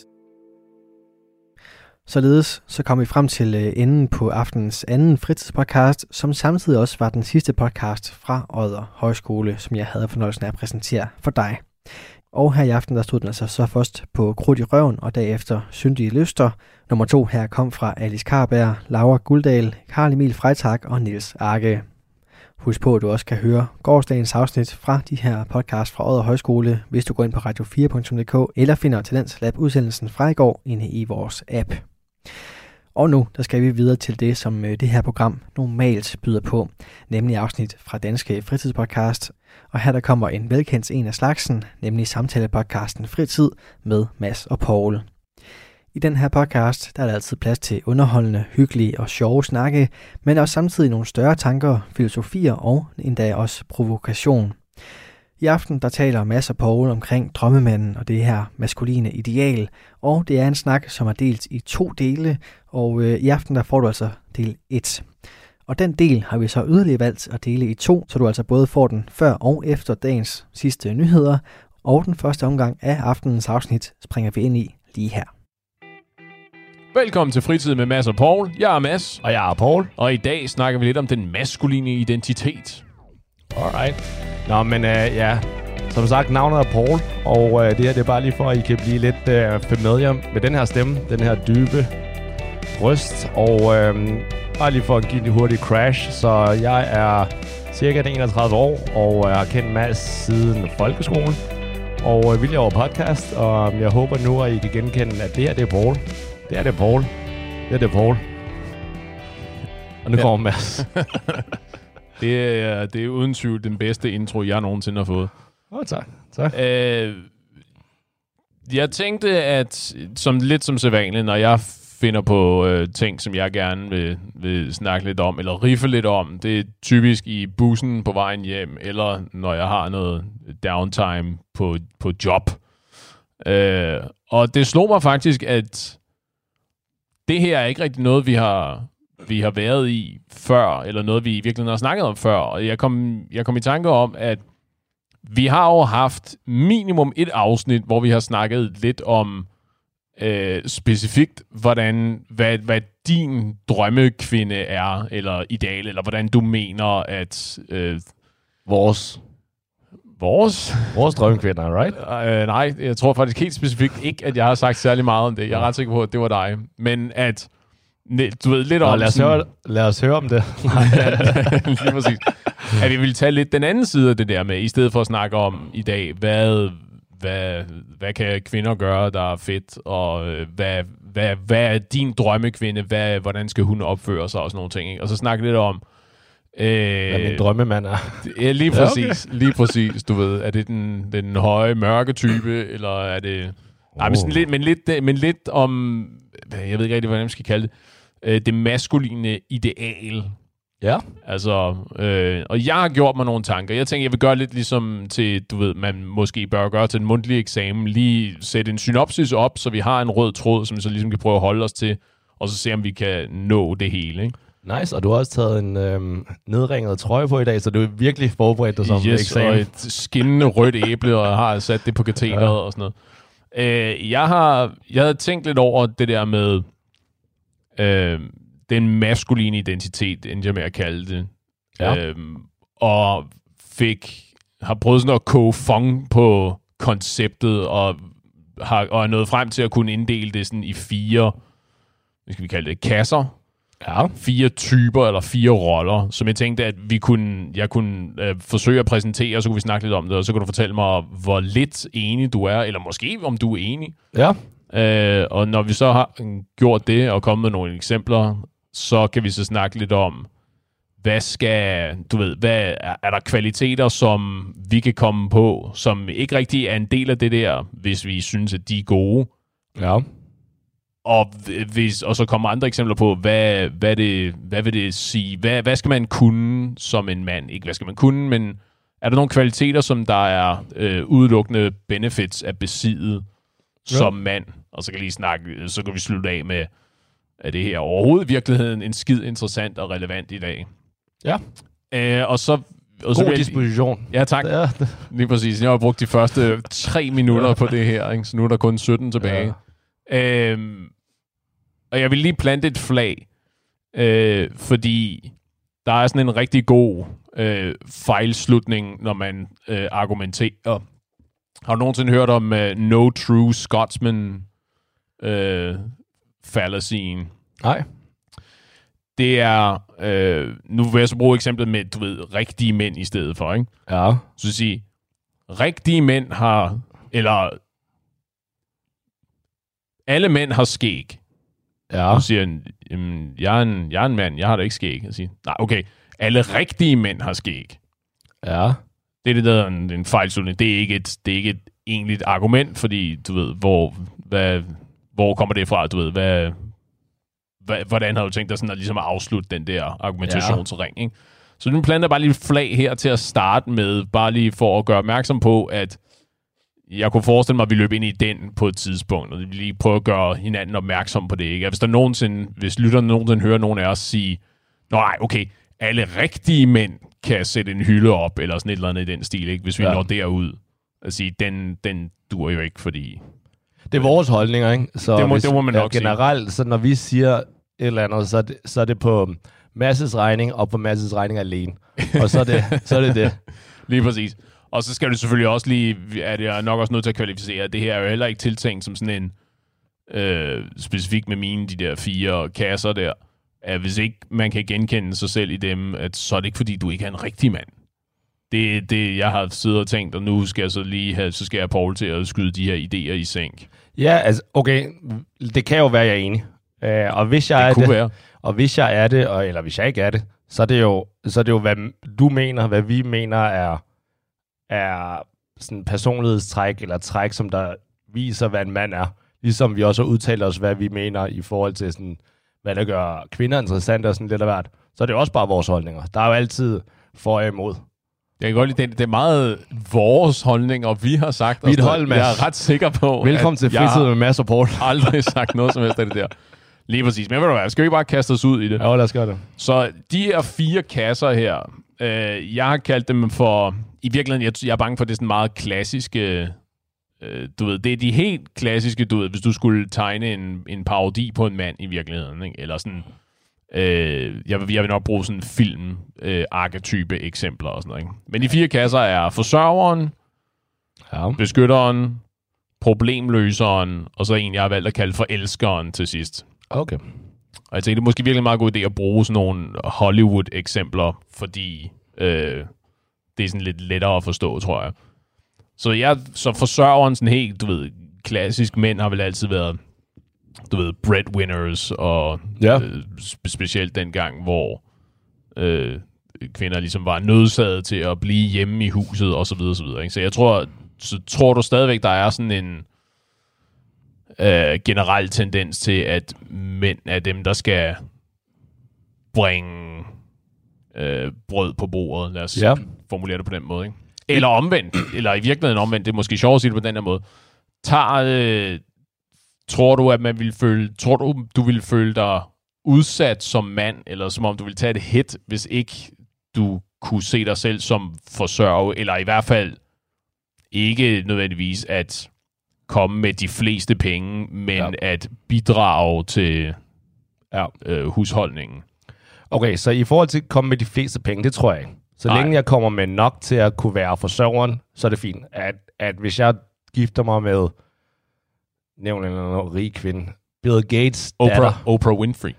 Således så kom vi frem til enden på aftenens anden fritidspodcast, som samtidig også var den sidste podcast fra Odder Højskole, som jeg havde fornøjelsen af at præsentere for dig. Og her i aften, der stod den altså så først på Krudt i røven, og derefter Syndige lyster. Nummer 2 her kom fra Alice Karberg, Laura Guldal, Karl Emil Freitag og Niels Arke. Husk på, at du også kan høre gårsdagens afsnit fra de her podcast fra Odder Højskole, hvis du går ind på radio4.dk eller finder Talentlab udsendelsen fra i går inde i vores app. Og nu, der skal vi videre til det, som det her program normalt byder på, nemlig afsnit fra Danske Fritidspodcast. Og her der kommer en velkendt en af slagsen, nemlig samtalepodcasten Fritid med Mads og Paul. I den her podcast, der er der altid plads til underholdende, hyggelige og sjove snakke, men også samtidig nogle større tanker, filosofier og endda også provokation. I aften der taler Mads og Paul omkring drømmemanden og det her maskuline ideal, og det er en snak, som er delt i 2 dele, og i aften der får du altså del 1. Og den del har vi så yderligere valgt at dele i 2, så du altså både får den før og efter dagens sidste nyheder, og den første omgang af aftenens afsnit springer vi ind i lige her. Velkommen til Fritid med Mads og Paul. Jeg er Mads. Og jeg er Paul. Og i dag snakker vi lidt om den maskuline identitet. Alright. Nå, men ja, som sagt, navnet er Paul. Og det her det er bare lige for, at I kan blive lidt familiar med den her stemme. Den her dybe røst. Og bare lige for at give en hurtig crash. Så jeg er cirka 31 år, og jeg har kendt Mads siden folkeskolen. Og vi laver podcast, og jeg håber nu, at I kan genkende, at det her det er Paul. Det er det Paul. Det er det Paul. Og nu kommer Mads. Det er uden tvivl den bedste intro, jeg nogensinde har fået. Tak. Jeg tænkte, at lidt som sædvanligt, når jeg finder på ting, som jeg gerne vil snakke lidt om, eller riffe lidt om, det er typisk i bussen på vejen hjem, eller når jeg har noget downtime på job. Og det slog mig faktisk, at det her er ikke rigtig noget, vi har været i før, eller noget, vi virkelig har snakket om før. Og jeg kom i tanke om, at vi har jo haft minimum et afsnit, hvor vi har snakket lidt om specifikt, hvad din drømmekvinde er, eller ideal, eller hvordan du mener, at vores drømmekvinder, right? Nej, jeg tror faktisk helt specifikt ikke, at jeg har sagt særlig meget om det. Jeg er ret sikker på, at det var dig. Men at du ved lidt om... Lad os høre om det. Lige præcis. At vi vil tage lidt den anden side af det der med, i stedet for at snakke om i dag, hvad kan kvinder gøre, der er fedt, og hvad er din drømmekvinde, hvordan skal hun opføre sig, og sådan nogle ting, ikke? Og så snakke lidt om... hvad min drømmemand er. Ja, lige præcis. Ja, okay. Lige præcis, du ved. Er det den høje, mørke type, eller er det... Nej, men lidt om... Jeg ved ikke rigtig, hvordan man skal kalde det. Det maskuline ideal. Ja. Altså, og jeg har gjort mig nogle tanker. Jeg tænker, jeg vil gøre lidt ligesom til, du ved, man måske bør gøre til en mundtlig eksamen. Lige sætte en synopsis op, så vi har en rød tråd, som vi så ligesom kan prøve at holde os til, og så se, om vi kan nå det hele, ikke? Nice, og du har også taget en nedringet trøje på i dag, så du er virkelig forberedt dig som eksamen. Og et skinnende rødt æble, og har sat det på katheteret og sådan noget. Jeg havde tænkt lidt over det der med den maskuline identitet, endte jeg med at kalde det. Ja. Og har prøvet sådan at koge fong på konceptet, og er nået frem til at kunne inddele det sådan i 4, hvad skal vi kalde det, kasser. Ja. 4 typer eller 4 roller, som jeg tænkte, at jeg kunne forsøge at præsentere, og så kunne vi snakke lidt om det, og så kunne du fortælle mig, hvor lidt enig du er, eller måske om du er enig. Ja. Og når vi så har gjort det, og kommet med nogle eksempler, så kan vi så snakke lidt om, hvad er der kvaliteter, som vi kan komme på, som ikke rigtig er en del af det der, hvis vi synes, at de er gode. Ja. Og så kommer andre eksempler på, hvad vil det sige? Hvad skal man kunne som en mand? Ikke hvad skal man kunne, men er der nogle kvaliteter, som der er udelukkende benefits at besidde som mand? Og så kan vi slutte af med, at det her overhovedet i virkeligheden en skid interessant og relevant i dag. Ja. God disposition. Ja, tak. Ja. Lige præcis. Jeg har brugt de første 3 minutter på det her, ikke? Så nu er der kun 17 tilbage. Ja. Og jeg vil lige plante et flag, fordi der er sådan en rigtig god fejlslutning, når man argumenterer. Har du nogensinde hørt om no true Scotsman fallacy? Nej. Det er, nu vil jeg så bruge eksemplet med, du ved, rigtige mænd i stedet for, ikke? Ja. Så at sige, rigtige mænd har, eller alle mænd har skæg. Ja. Du siger, jeg er en mand, jeg har da ikke skæg. Jeg siger, nej, okay, alle rigtige mænd har skæg. Ja. Det er det, der er en fejlslutning. Det er ikke et egentligt argument, fordi, du ved, hvor kommer det fra, du ved, hvordan har du tænkt dig sådan at ligesom at afslutte den der argumentationsring, ikke? Så nu planter jeg bare lige et flag her til at starte med, bare lige for at gøre opmærksom på, at jeg kunne forestille mig, at vi løb ind i den på et tidspunkt, og vi lige prøve at gøre hinanden opmærksom på det, ikke? Hvis lytterne nogensinde hører nogen af os sige, nej, okay, alle rigtige mænd kan sætte en hylde op, eller sådan et eller andet i den stil, ikke? Hvis vi når derud. At sige, den duer jo ikke, fordi... Det er vores holdninger, ikke? Så det må man nok generelt, så når vi siger et eller andet, så er det på Masses regning, og på Masses regning alene. Og så er det det. Lige præcis. Og så skal du selvfølgelig også lige, at jeg er nok også nødt til at kvalificere, det her er jo heller ikke tiltænkt som sådan en, specifikt med mine, de der 4 kasser der, at hvis ikke man kan genkende sig selv i dem, at så er det ikke fordi, du ikke er en rigtig mand. Det er det, jeg har siddet og tænkt, og nu skal jeg så lige så skal jeg Paul til at skyde de her idéer i sænk. Ja, altså, okay, det kan jo være, jeg er enig. Og hvis jeg det er det, være. Og hvis jeg er det, eller hvis jeg ikke er det, så er det jo hvad du mener, hvad vi mener er sådan personlighedstræk, eller træk, som der viser, hvad en mand er. Ligesom vi også har udtalt os, hvad vi mener i forhold til sådan, hvad der gør kvinder interessante og sådan lidt af hvert. Så er det også bare vores holdninger. Der er jo altid for og imod. Jeg kan godt lide, det er meget vores holdning, og vi har sagt... Mit hold, jeg er ret sikker på... Velkommen til Fritid med Mads og Paul. Jeg har aldrig sagt noget som helst af det der. Lige præcis. Men ved du hvad, skal vi ikke bare kaste os ud i det? Ja, lad os gøre det. Så de her 4 kasser her, jeg har kaldt dem for... I virkeligheden, jeg er bange for, det er sådan meget klassiske... du ved, det er de helt klassiske, du ved, hvis du skulle tegne en parodi på en mand i virkeligheden, ikke? Eller sådan... jeg vil nok bruge sådan film arketype eksempler og sådan noget, ikke? Men de 4 kasser er forsørgeren, beskytteren, problemløseren, og så en, jeg har valgt at kalde for elskeren til sidst. Okay. Og jeg tænkte, det er måske virkelig en meget god idé at bruge sådan nogle Hollywood-eksempler, fordi det er sådan lidt lettere at forstå, tror jeg. Så forsørgeren, sådan helt, du ved, klassisk mænd har vel altid været, du ved, breadwinners, og specielt dengang, hvor kvinder ligesom var nødsaget til at blive hjemme i huset, og så videre, så videre, ikke? Så jeg tror du stadigvæk, der er sådan en generel tendens til, at mænd er dem, der skal bringe brød på bordet. Lad os formulere det på den måde, ikke? Eller omvendt, eller i virkeligheden omvendt, det er måske sjovt at sige det på den her måde. Tror du, at du ville føle dig udsat som mand, eller som om du ville tage et hit, hvis ikke du kunne se dig selv som forsørger, eller i hvert fald ikke nødvendigvis at komme med de fleste penge, men at bidrage til husholdningen? Okay, så i forhold til at komme med de fleste penge, det tror jeg ikke. Så længe jeg kommer med nok til at kunne være forsørgeren, så er det fint. At hvis jeg gifter mig med nævn en rig kvinde, Bill Gates datter. Oprah Winfrey.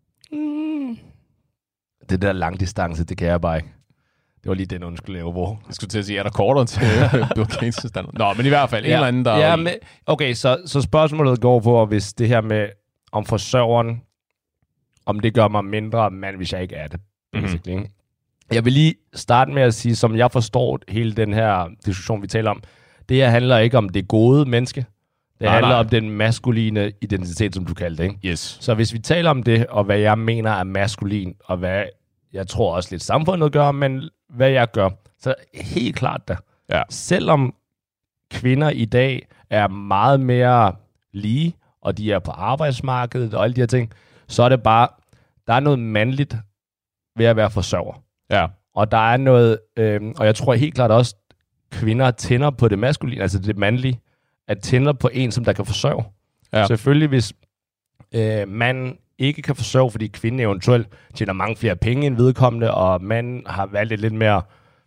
Det der langdistance, det kan jeg bare ikke. Det var lige den undskyldning, jeg bruger. Jeg skulle til at sige, er der kortere til Bill Gates datter? Nå, men i hvert fald en eller anden, der... Ja, men, okay, så spørgsmålet går på, hvis det her med om forsørgeren, om det gør mig mindre mand, hvis jeg ikke er det. Mm-hmm. Jeg vil lige starte med at sige, som jeg forstår hele den her diskussion, vi taler om, det her handler ikke om det gode menneske. Det handler om den maskuline identitet, som du kaldte, ikke? Yes. Så hvis vi taler om det, og hvad jeg mener er maskulin, og hvad jeg tror også lidt samfundet gør, men hvad jeg gør, så helt klart da. Ja. Selvom kvinder i dag er meget mere lige, og de er på arbejdsmarkedet og alle de her ting, så er det bare, der er noget mandligt ved at være forsørger. Ja. Og der er noget, og jeg tror helt klart også, kvinder tænder på det maskuline, altså det mandlige, at tænder på en, som der kan forsørge. Ja. Selvfølgelig, hvis manden ikke kan forsørge, fordi kvinden eventuelt tjener mange flere penge end vedkommende, og manden har valgt et lidt mere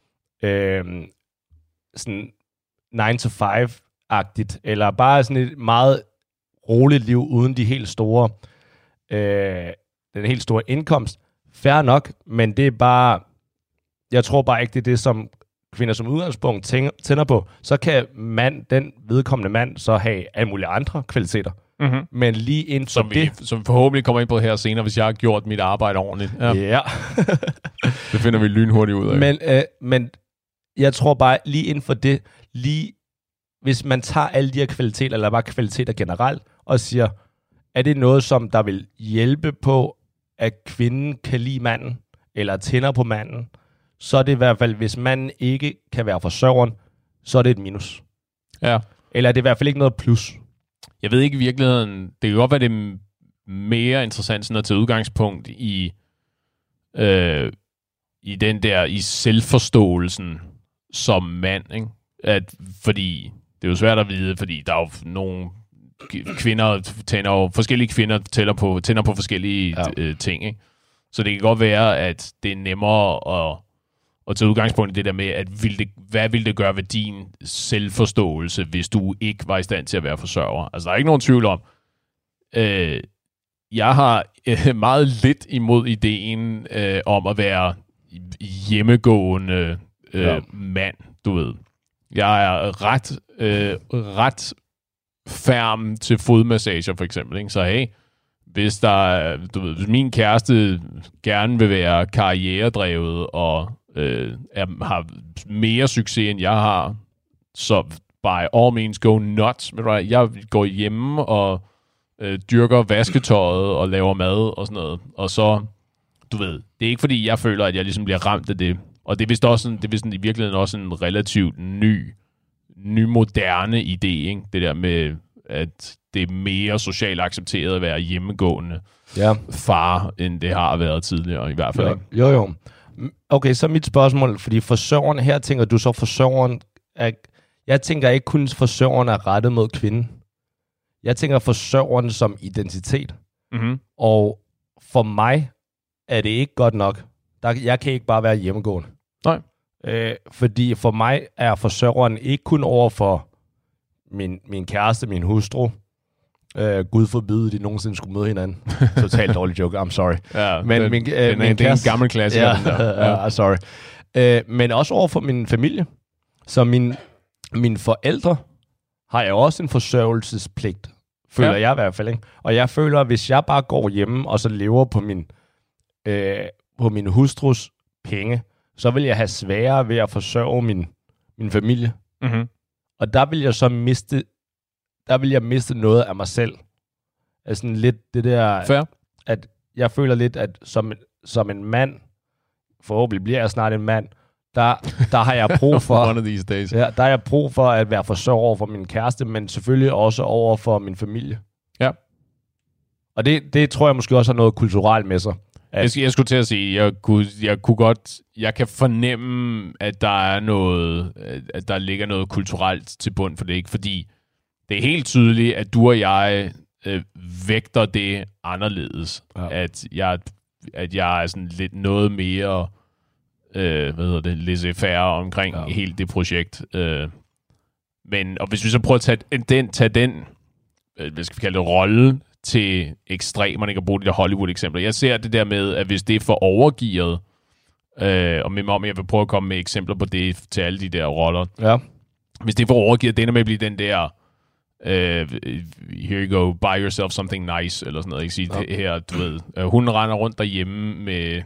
sådan 9-to-5-agtigt, eller bare sådan et meget roligt liv, uden de helt store, den helt store indkomst. Fair nok, men det er bare, jeg tror bare ikke, det er det, som kvinder som udgangspunkt tænder på. Så kan den vedkommende mand så have alle mulige andre kvaliteter. Mm-hmm. Men lige inden for som forhåbentlig kommer ind på her senere, hvis jeg har gjort mit arbejde ordentligt. Ja. Det finder vi lynhurtigt ud af. Men jeg tror bare, lige inden for det, hvis man tager alle de her kvaliteter, eller bare kvaliteter generelt, og siger, er det noget, som der vil hjælpe på, at kvinden kan lide manden, eller tænder på manden, så er det i hvert fald, hvis manden ikke kan være forsørgeren, så er det et minus. Ja. Eller er det i hvert fald ikke noget plus. Jeg ved ikke i virkeligheden, det kan godt være, det er mere interessant sådan at tage udgangspunkt i den der, i selvforståelsen som mand, ikke? Fordi det er jo svært at vide, fordi der er jo nogle forskellige kvinder tænder på forskellige ting, ikke? Så det kan godt være, at det er nemmere at tage udgangspunkt i det der med, at hvad ville det gøre ved din selvforståelse, hvis du ikke var i stand til at være forsørger? Altså, der er ikke nogen tvivl om. Jeg har meget lidt imod ideen om at være hjemmegående mand, du ved. Jeg er ret færm til fodmassager, for eksempel. Ikke? Så hey, hvis hvis min kæreste gerne vil være karrieredrevet og har mere succes, end jeg har, så by all means go nuts. Jeg går hjemme og dyrker vasketøjet og laver mad og sådan noget. Og så, du ved, det er ikke fordi, jeg føler, at jeg ligesom bliver ramt af det. Og det er vist også i virkeligheden også en relativt ny moderne idé, ikke? Det der med, at det er mere socialt accepteret at være hjemmegående far, end det har været tidligere, i hvert fald. Jo. Okay, så mit spørgsmål, fordi forsørgeren, her tænker du så forsørgeren, jeg tænker ikke kun forsørgeren er rettet mod kvinden. Jeg tænker forsørgeren som identitet. Mm-hmm. Og for mig er det ikke godt nok. Jeg kan ikke bare være hjemmegående. Nej. Fordi for mig er forsørgeren ikke kun over for min kæreste, min hustru. Gud forbyde, de nogensinde skulle møde hinanden. Totalt dårlig joke, I'm sorry. Ja, men min kæreste, det er en gammel klassiker. Sorry. Men også over for min familie. Så mine forældre har jeg også en forsørgelsespligt, føler jeg i hvert fald. Ikke? Og jeg føler, at hvis jeg bare går hjemme og så lever på min hustrus penge, så vil jeg have sværere ved at forsørge min familie. Mm-hmm. Og der vil jeg så miste noget af mig selv. Altså lidt det der, fair. At jeg føler lidt, at som en mand, forhåbentlig bliver jeg snart en mand, der har jeg brug for one of these days. Ja, der har jeg brug for at være forsørger over for min kæreste, men selvfølgelig også over for min familie. Ja. Og det tror jeg måske også har noget kulturelt med sig. Jeg skulle til at sige, jeg kan fornemme, at der er noget, at der ligger noget kulturelt til bund for det, ikke? Fordi det er helt tydeligt, at du og jeg vægter det anderledes. Ja. At jeg er sådan lidt noget mere laissez-faire omkring helt det projekt. Og hvis vi så prøver at tage den hvad skal vi kalde det, rolle til ekstremerne, ikke, at bruge de der Hollywood-eksempler. Jeg ser det der med, at hvis det er for overgearet, og med mig om, jeg vil prøve at komme med eksempler på det til alle de der roller. Ja. Hvis det er for overgearet, det ender med at blive den der here you go, buy yourself something nice, eller sådan noget. Ikke? Sige, det her, du ved, hun render rundt derhjemme med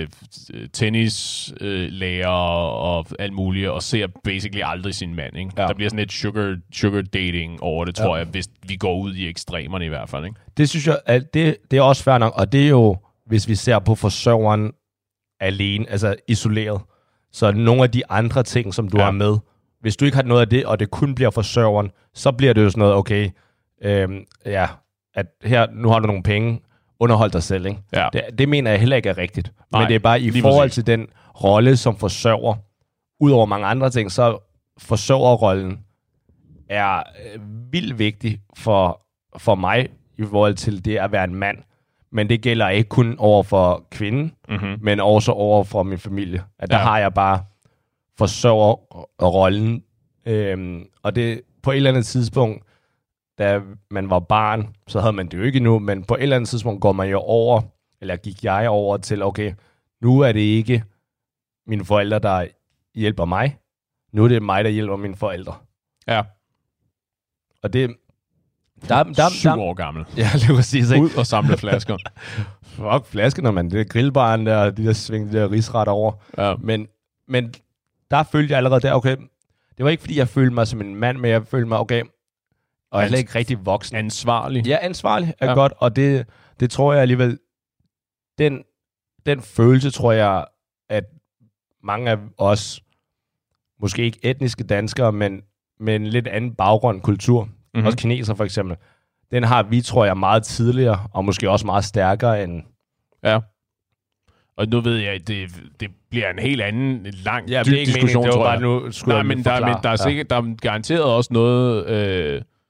tennislærer og alt muligt, og ser basically aldrig sin mand. Ikke? Der bliver sådan et sugar dating over det, tror jeg, hvis vi går ud i ekstremerne i hvert fald. Ikke? Det synes jeg, at det er også fair nok, og det er jo, hvis vi ser på forsørgeren alene, altså isoleret, så nogle af de andre ting, som du har med, hvis du ikke har noget af det, og det kun bliver forsørgeren, så bliver det jo sådan noget, okay, at her, nu har du nogle penge, underhold dig selv, ikke? Ja. Det mener jeg heller ikke er rigtigt. Nej, men det er bare i forhold til den rolle som forsørger, udover mange andre ting, så forsørgerrollen er vildt vigtig for mig, i forhold til det at være en mand. Men det gælder ikke kun over for kvinden, men også over for min familie. At der har jeg bare forsørgerrollen. Og det på et eller andet tidspunkt, da man var barn, så havde man det jo ikke endnu, men på et eller andet tidspunkt gik jeg over til, okay, nu er det ikke mine forældre, der hjælper mig. Nu er det mig, der hjælper mine forældre. Ja. Og det... 7 år gammel. Ja, det var præcis, ikke? Ud og samle flasker. Fuck, flaskerne, man. Det er grillbaren der, de der sving, de der risret over. Ja. Men der følte jeg allerede der, okay, det var ikke, fordi jeg følte mig som en mand, men jeg følte mig, okay, og jeg er ikke rigtig voksen. Ansvarlig. Ja, ansvarlig er godt, og det tror jeg alligevel, den følelse, tror jeg, at mange af os, måske ikke etniske danskere, men med en lidt anden baggrund, kultur, også kineser for eksempel, den har vi, tror jeg, meget tidligere, og måske også meget stærkere end... Ja. Og nu ved jeg, at det bliver en helt anden, lang meningen, diskussion, det var tror bare jeg. Nu skulle der er sikkert, der er garanteret også noget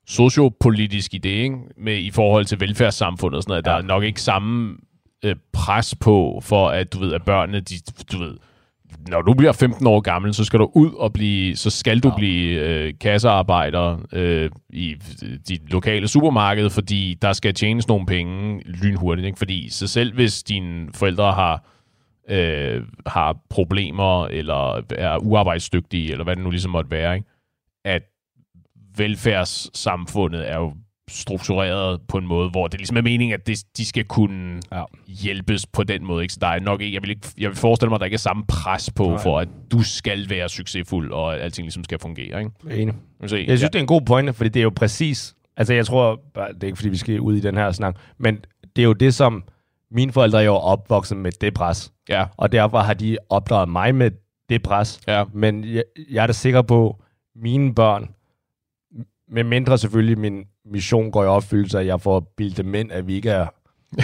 sociopolitisk idé, ikke? I forhold til velfærdssamfundet og sådan noget. Der er nok ikke samme pres på, for at, at børnene, når du bliver 15 år gammel, så skal du ud og blive kassearbejder i dit lokale supermarked, fordi der skal tjenes nogle penge lynhurtigt, ikke? Fordi så selv hvis dine forældre har problemer, eller er uarbejdsdygtige, eller hvad det nu ligesom måtte være, ikke? At velfærdssamfundet er jo struktureret på en måde, hvor det ligesom er meningen, at de skal kunne hjælpes på den måde. Ikke? Så der er nok ikke, jeg vil forestille mig, at der ikke er samme pres på, for at du skal være succesfuld, og alting ligesom skal fungere. Ikke? Enig. Jeg synes, det er en god pointe, fordi det er jo præcis, altså jeg tror, det er ikke fordi, vi skal ud i den her snak, men det er jo det, som mine forældre er jo opvokset med det pres. Ja. Og derfor har de opdraget mig med det pres. Ja. Men jeg er da sikker på, mine børn, med mindre selvfølgelig min mission går i opfyldelse, at jeg får bildet dem ind, at vi ikke er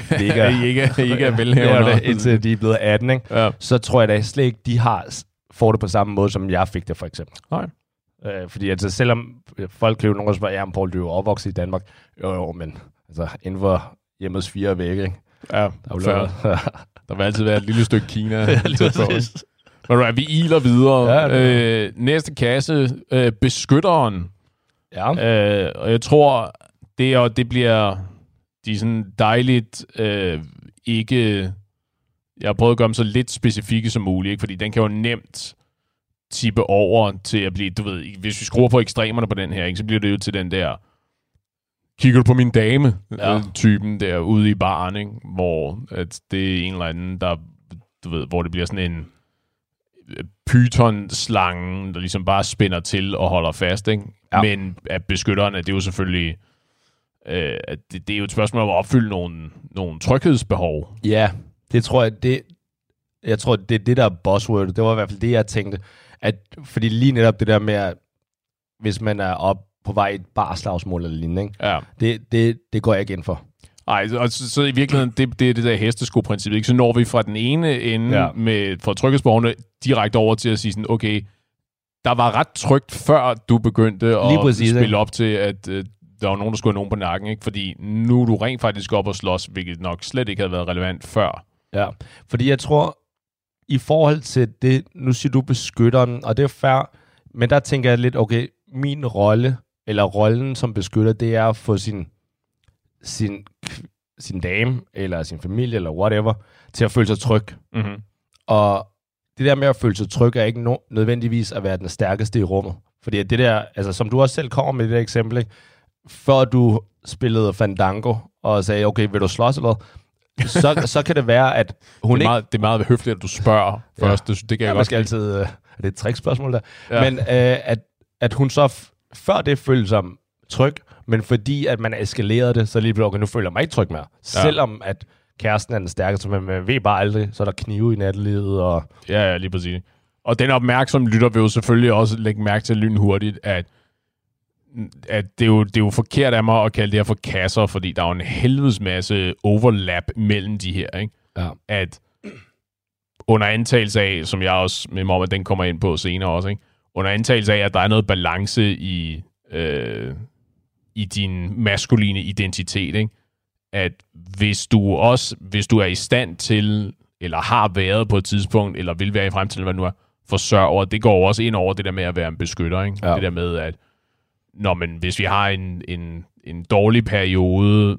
velhævende, indtil de er blevet 18, ikke? Ja. Så tror jeg da slet ikke, de får det på samme måde, som jeg fik det, for eksempel. Nej. Fordi altså, selvom folk kan jo nogen spørge, ja, Paul, du er jo opvokset i Danmark. Jo, men altså, inden for hjemmets 4 vægge, ikke? Ja, der vil altid være et lille stykke Kina. Men vi iler videre. Ja, næste kasse, beskytteren. Ja. Og jeg tror, det bliver de sådan dejligt ikke... Jeg har prøvet at gøre dem så lidt specifikke som muligt, ikke? Fordi den kan jo nemt tippe over til at blive, hvis vi skruer på ekstremerne på den her, ikke, så bliver det jo til den der, kigger du på min dame, typen der ude i baren, ikke? Hvor at det er en eller anden, der, hvor det bliver sådan en python-slange, der ligesom bare spænder til og holder fast, ikke? Ja. Men at beskytterne, det er jo selvfølgelig, det er jo et spørgsmål om at opfylde nogle tryghedsbehov. Ja, det tror jeg, jeg tror, det er det, der er buzzword. Det var i hvert fald det, jeg tænkte. Fordi lige netop det der med, at hvis man er på vej i et barslagsmål eller lignende, ikke? Ja. Det går jeg ikke ind for. Nej, og så i virkeligheden, det er det der hestesko-princip, ikke? Så når vi fra den ene ende fra tryghedsbehovene direkte over til at sige sådan, okay, der var ret trygt, før du begyndte at spille op til, at der var nogen, der skulle have nogen på nakken, ikke? Fordi nu er du rent faktisk op og slås, hvilket nok slet ikke havde været relevant før. Ja, fordi jeg tror, i forhold til det, nu siger du beskytteren, og det er fair, men der tænker jeg lidt, okay, min rolle, eller rollen som beskytter, det er at få sin dame, eller sin familie, eller whatever, til at føle sig tryg. Mm-hmm. Og det der med at føle sig tryg, er ikke nødvendigvis at være den stærkeste i rummet. Fordi det der, altså som du også selv kommer med det der eksempel, ikke? Før du spillede Fandango, og sagde, okay, vil du slås eller så kan det være, at hun det er meget høfligt, at du spørger først. Det kan jeg godt altid... det er et trickspørgsmål der. Ja. Men at hun så før det følte sig tryg, men fordi at man eskalerede det, så lige pludselig, okay, nu føler jeg mig ikke tryg mere. Selvom at kæresten er den stærkeste, men man ved bare aldrig, så er der knive i nattelivet. Og... Ja, lige præcis. Og den opmærksomme lytter vil jo selvfølgelig også lægge mærke til lynhurtigt, at det er jo forkert af mig at kalde det her for kasser, fordi der er jo en helvedes masse overlap mellem de her, ikke? Ja. At under antagelse af, som jeg også med mig, at den kommer ind på senere også, ikke? Under antagelse af, at der er noget balance i din maskuline identitet, ikke? At hvis du er i stand til, eller har været på et tidspunkt, eller vil være i fremtiden, hvad nu er, forsørger, det går også ind over det der med at være en beskytter, ikke? Ja. Det der med, at men hvis vi har en dårlig periode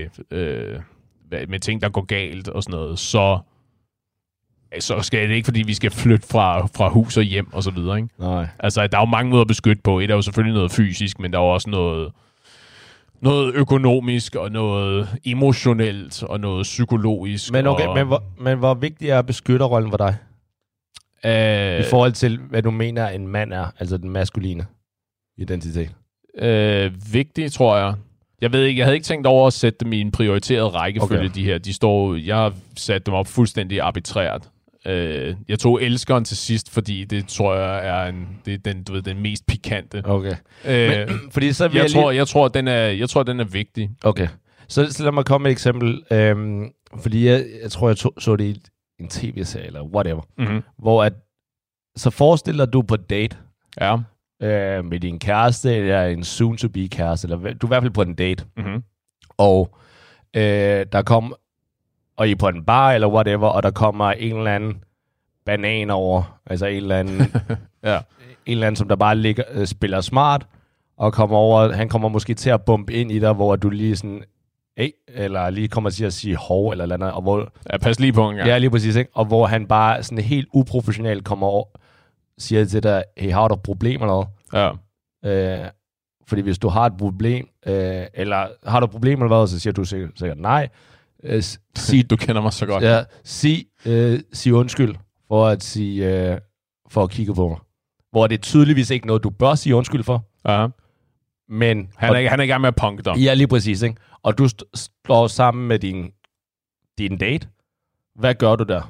med ting, der går galt og sådan noget, så skal det ikke, fordi vi skal flytte fra hus og hjem og så videre, ikke? Nej. Altså, der er jo mange måder at beskytte på. Et er jo selvfølgelig noget fysisk, men der er jo også noget økonomisk og noget emotionelt og noget psykologisk. Men okay, men hvor vigtig er beskytterrollen for dig? I forhold til, hvad du mener, en mand er, altså den maskuline identitet. Vigtigt, tror jeg. Jeg ved ikke, jeg havde ikke tænkt over at sætte dem i en prioriteret rækkefølge, de her. Jeg har sat dem op fuldstændig arbitrært. Jeg tog elskeren til sidst, fordi det tror jeg er den mest pikante. Okay. Fordi så jeg tror, den er vigtig. Okay. Så lad mig komme med et eksempel. Fordi jeg tror, jeg så det i en tv-serie eller whatever. Mm-hmm. Hvor så forestiller du på date. Ja. med din kæreste, eller en soon-to-be kæreste, eller du er i hvert fald på en date. Mm-hmm. Og der kom, og I er på en bar, eller whatever, og der kommer en eller anden banan over, altså en eller anden, en eller anden, som der bare ligger, spiller smart, og kommer over, han kommer måske til at bumpe ind i dig, hvor du lige sådan, eller lige kommer til at sige hov, eller andet, og hvor... Ja, pas lige på en gang. Ja, lige præcis, ikke? Og hvor han bare sådan helt uprofessionelt kommer over, siger til dig, hey, har du et problem eller noget? Ja. Fordi hvis du har et problem, eller har du et problem eller hvad, så siger du sikkert nej. Du kender mig så godt. Ja, sig undskyld for at sige, for at kigge på mig. Hvor det er tydeligvis ikke noget, du bør sige undskyld for. Ja. Men... Han er i gang med at punke dig. Ja, lige præcis, ikke? Og du står sammen med din date. Hvad gør du der?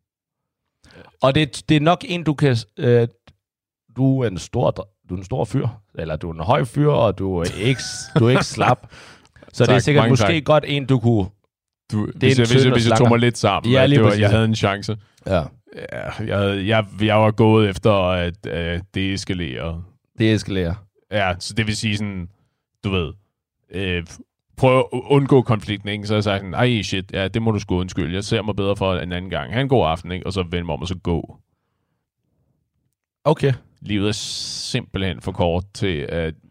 Og det er nok en, du kan... du er en stor fyr, eller du er en høj fyr, og du er ikke slap. Så tak, det er sikkert måske godt en, du kunne... Hvis jeg tog mig lidt sammen, ja, jeg havde en chance. Ja. Jeg var gået efter at deeskalere. Deeskalere. Ja, så det vil sige sådan, du ved, prøv at undgå konflikten, ikke? Så jeg sagde sådan, ej shit, ja, det må du sgu undskylde. Jeg ser mig bedre for en anden gang. Ha' en god aften, ikke? Og så vend mig om og så gå. Okay. Livet er simpelthen for kort til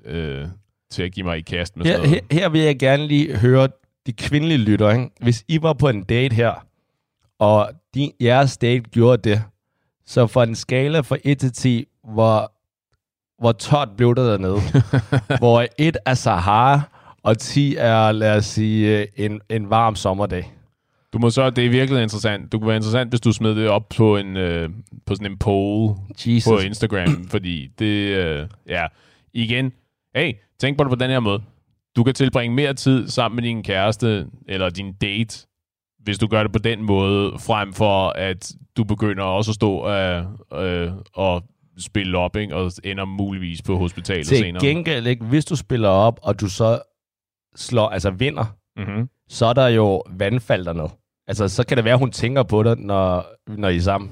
at give mig i kast med sådan noget. Her vil jeg gerne lige høre de kvindelige lytter, ikke? Hvis I var på en date her, og jeres date gjorde det, så for en skala fra 1 til 10, hvor tørt blev det dernede? Hvor 1 er Sahara, og 10 er, lad os sige, en varm sommerdag. Det er virkelig interessant. Det kunne være interessant, hvis du smed det op på på sådan en poll på Instagram, fordi det, igen, hey, tænk på det på den her måde. Du kan tilbringe mere tid sammen med din kæreste, eller din date, hvis du gør det på den måde, frem for at du begynder også at stå og spille op, ikke? Og ender muligvis på hospitalet senere. Til gengæld, ikke? Hvis du spiller op, og du så vinder, så er der jo vandfald dernede. Altså, så kan det være, at hun tænker på dig, når I er sammen.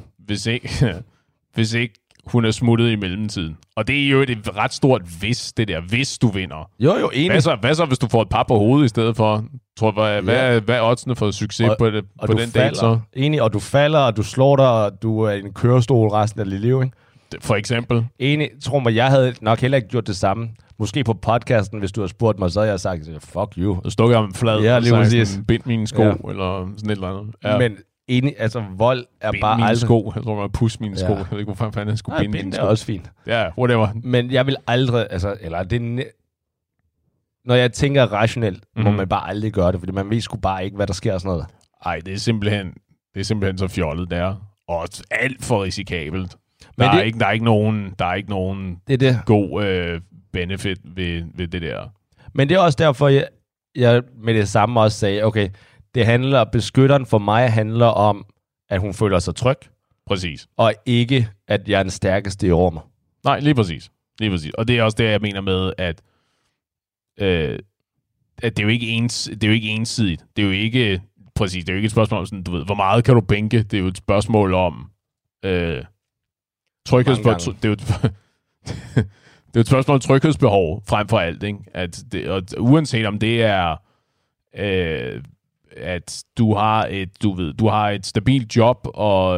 Hvis ikke hun er smuttet i mellemtiden. Og det er jo et ret stort hvis du vinder. Jo, enig. Hvad så, hvis du får et par på hovedet i stedet for? Hvad er oddsene for succes på den date så? Enig, og du falder, og du slår dig, og du er i en kørestol resten af dit liv, ikke? For eksempel? Enig, tror mig, jeg havde nok heller ikke gjort det samme. Måske på podcasten, hvis du har spurgt mig, så havde jeg sagt, fuck you. Så stukket om flad, ja, lige præcis. Bind mine sko, eller sådan et eller andet. Ja. Men enig, altså vold er bind bare aldrig... sko. Jeg tror, man pusse mine sko. Jeg ved ikke, hvorfor fanden jeg skulle binde mine sko. Det er også fint. Ja, whatever. Men jeg vil aldrig, når jeg tænker rationelt, må man bare aldrig gøre det, fordi man ved sgu bare ikke, hvad der sker og sådan noget. Ej, det er simpelthen så fjollet, det er. Og alt for risikabelt. Men der er ikke nogen det. God benefit ved det der. Men det er også derfor, jeg med det samme også sagde, okay, beskytteren for mig handler om, at hun føler sig tryg. Præcis. Og ikke, at jeg er den stærkeste i rummet. Nej, lige præcis. Og det er også det, jeg mener med, at det er jo ikke ensidigt. Det er jo ikke præcis. Det er jo ikke et spørgsmål om sådan, du ved, hvor meget kan du bænke? Det er jo et spørgsmål om tryghedsbehov. Det er et spørgsmål om tryghedsbehov frem for alt, ikke? Og uanset om det er at du har et stabilt job, og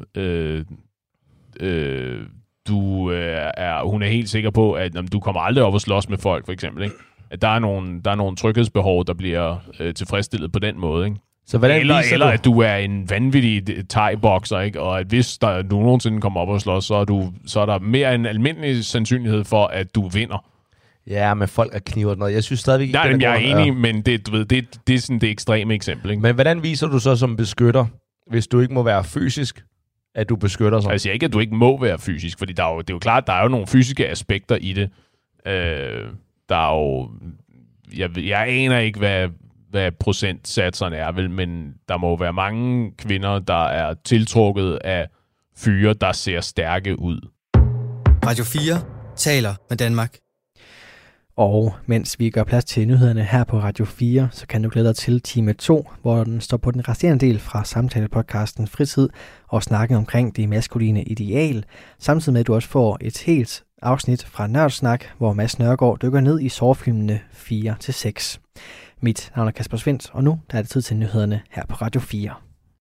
hun er helt sikker på, at du kommer aldrig op og slås med folk, for eksempel, ikke? At der er nogle tryghedsbehov, der bliver tilfredsstillet på den måde, ikke? Så eller at du er en vanvittig thai-bokser, ikke? Og at hvis du nogensinde kommer op og slås, så er der mere en almindelig sandsynlighed for, at du vinder. Ja, men folk er kniver og noget. Jeg synes stadigvæk ikke... Nej, jeg er enig, men det er sådan det ekstreme eksempel, ikke? Men hvordan viser du så som beskytter, hvis du ikke må være fysisk, at du beskytter sig? Jeg siger ikke, at du ikke må være fysisk, fordi det er jo klart, der er jo nogle fysiske aspekter i det. Der er jo... Jeg aner ikke, hvad procentsatserne er, vel, men der må være mange kvinder, der er tiltrukket af fyre, der ser stærke ud. Radio 4 taler med Danmark. Og mens vi gør plads til nyhederne her på Radio 4, så kan du glæde dig til time 2, hvor den står på den resterende del fra samtalepodcasten Fritid og snakke omkring det maskuline ideal, samtidig med at du også får et helt afsnit fra Nørdsnak, hvor Mads Nørgaard dykker ned i sårfilmene 4-6. Mit navn er Kasper Svendt, og nu der er det tid til nyhederne her på Radio 4.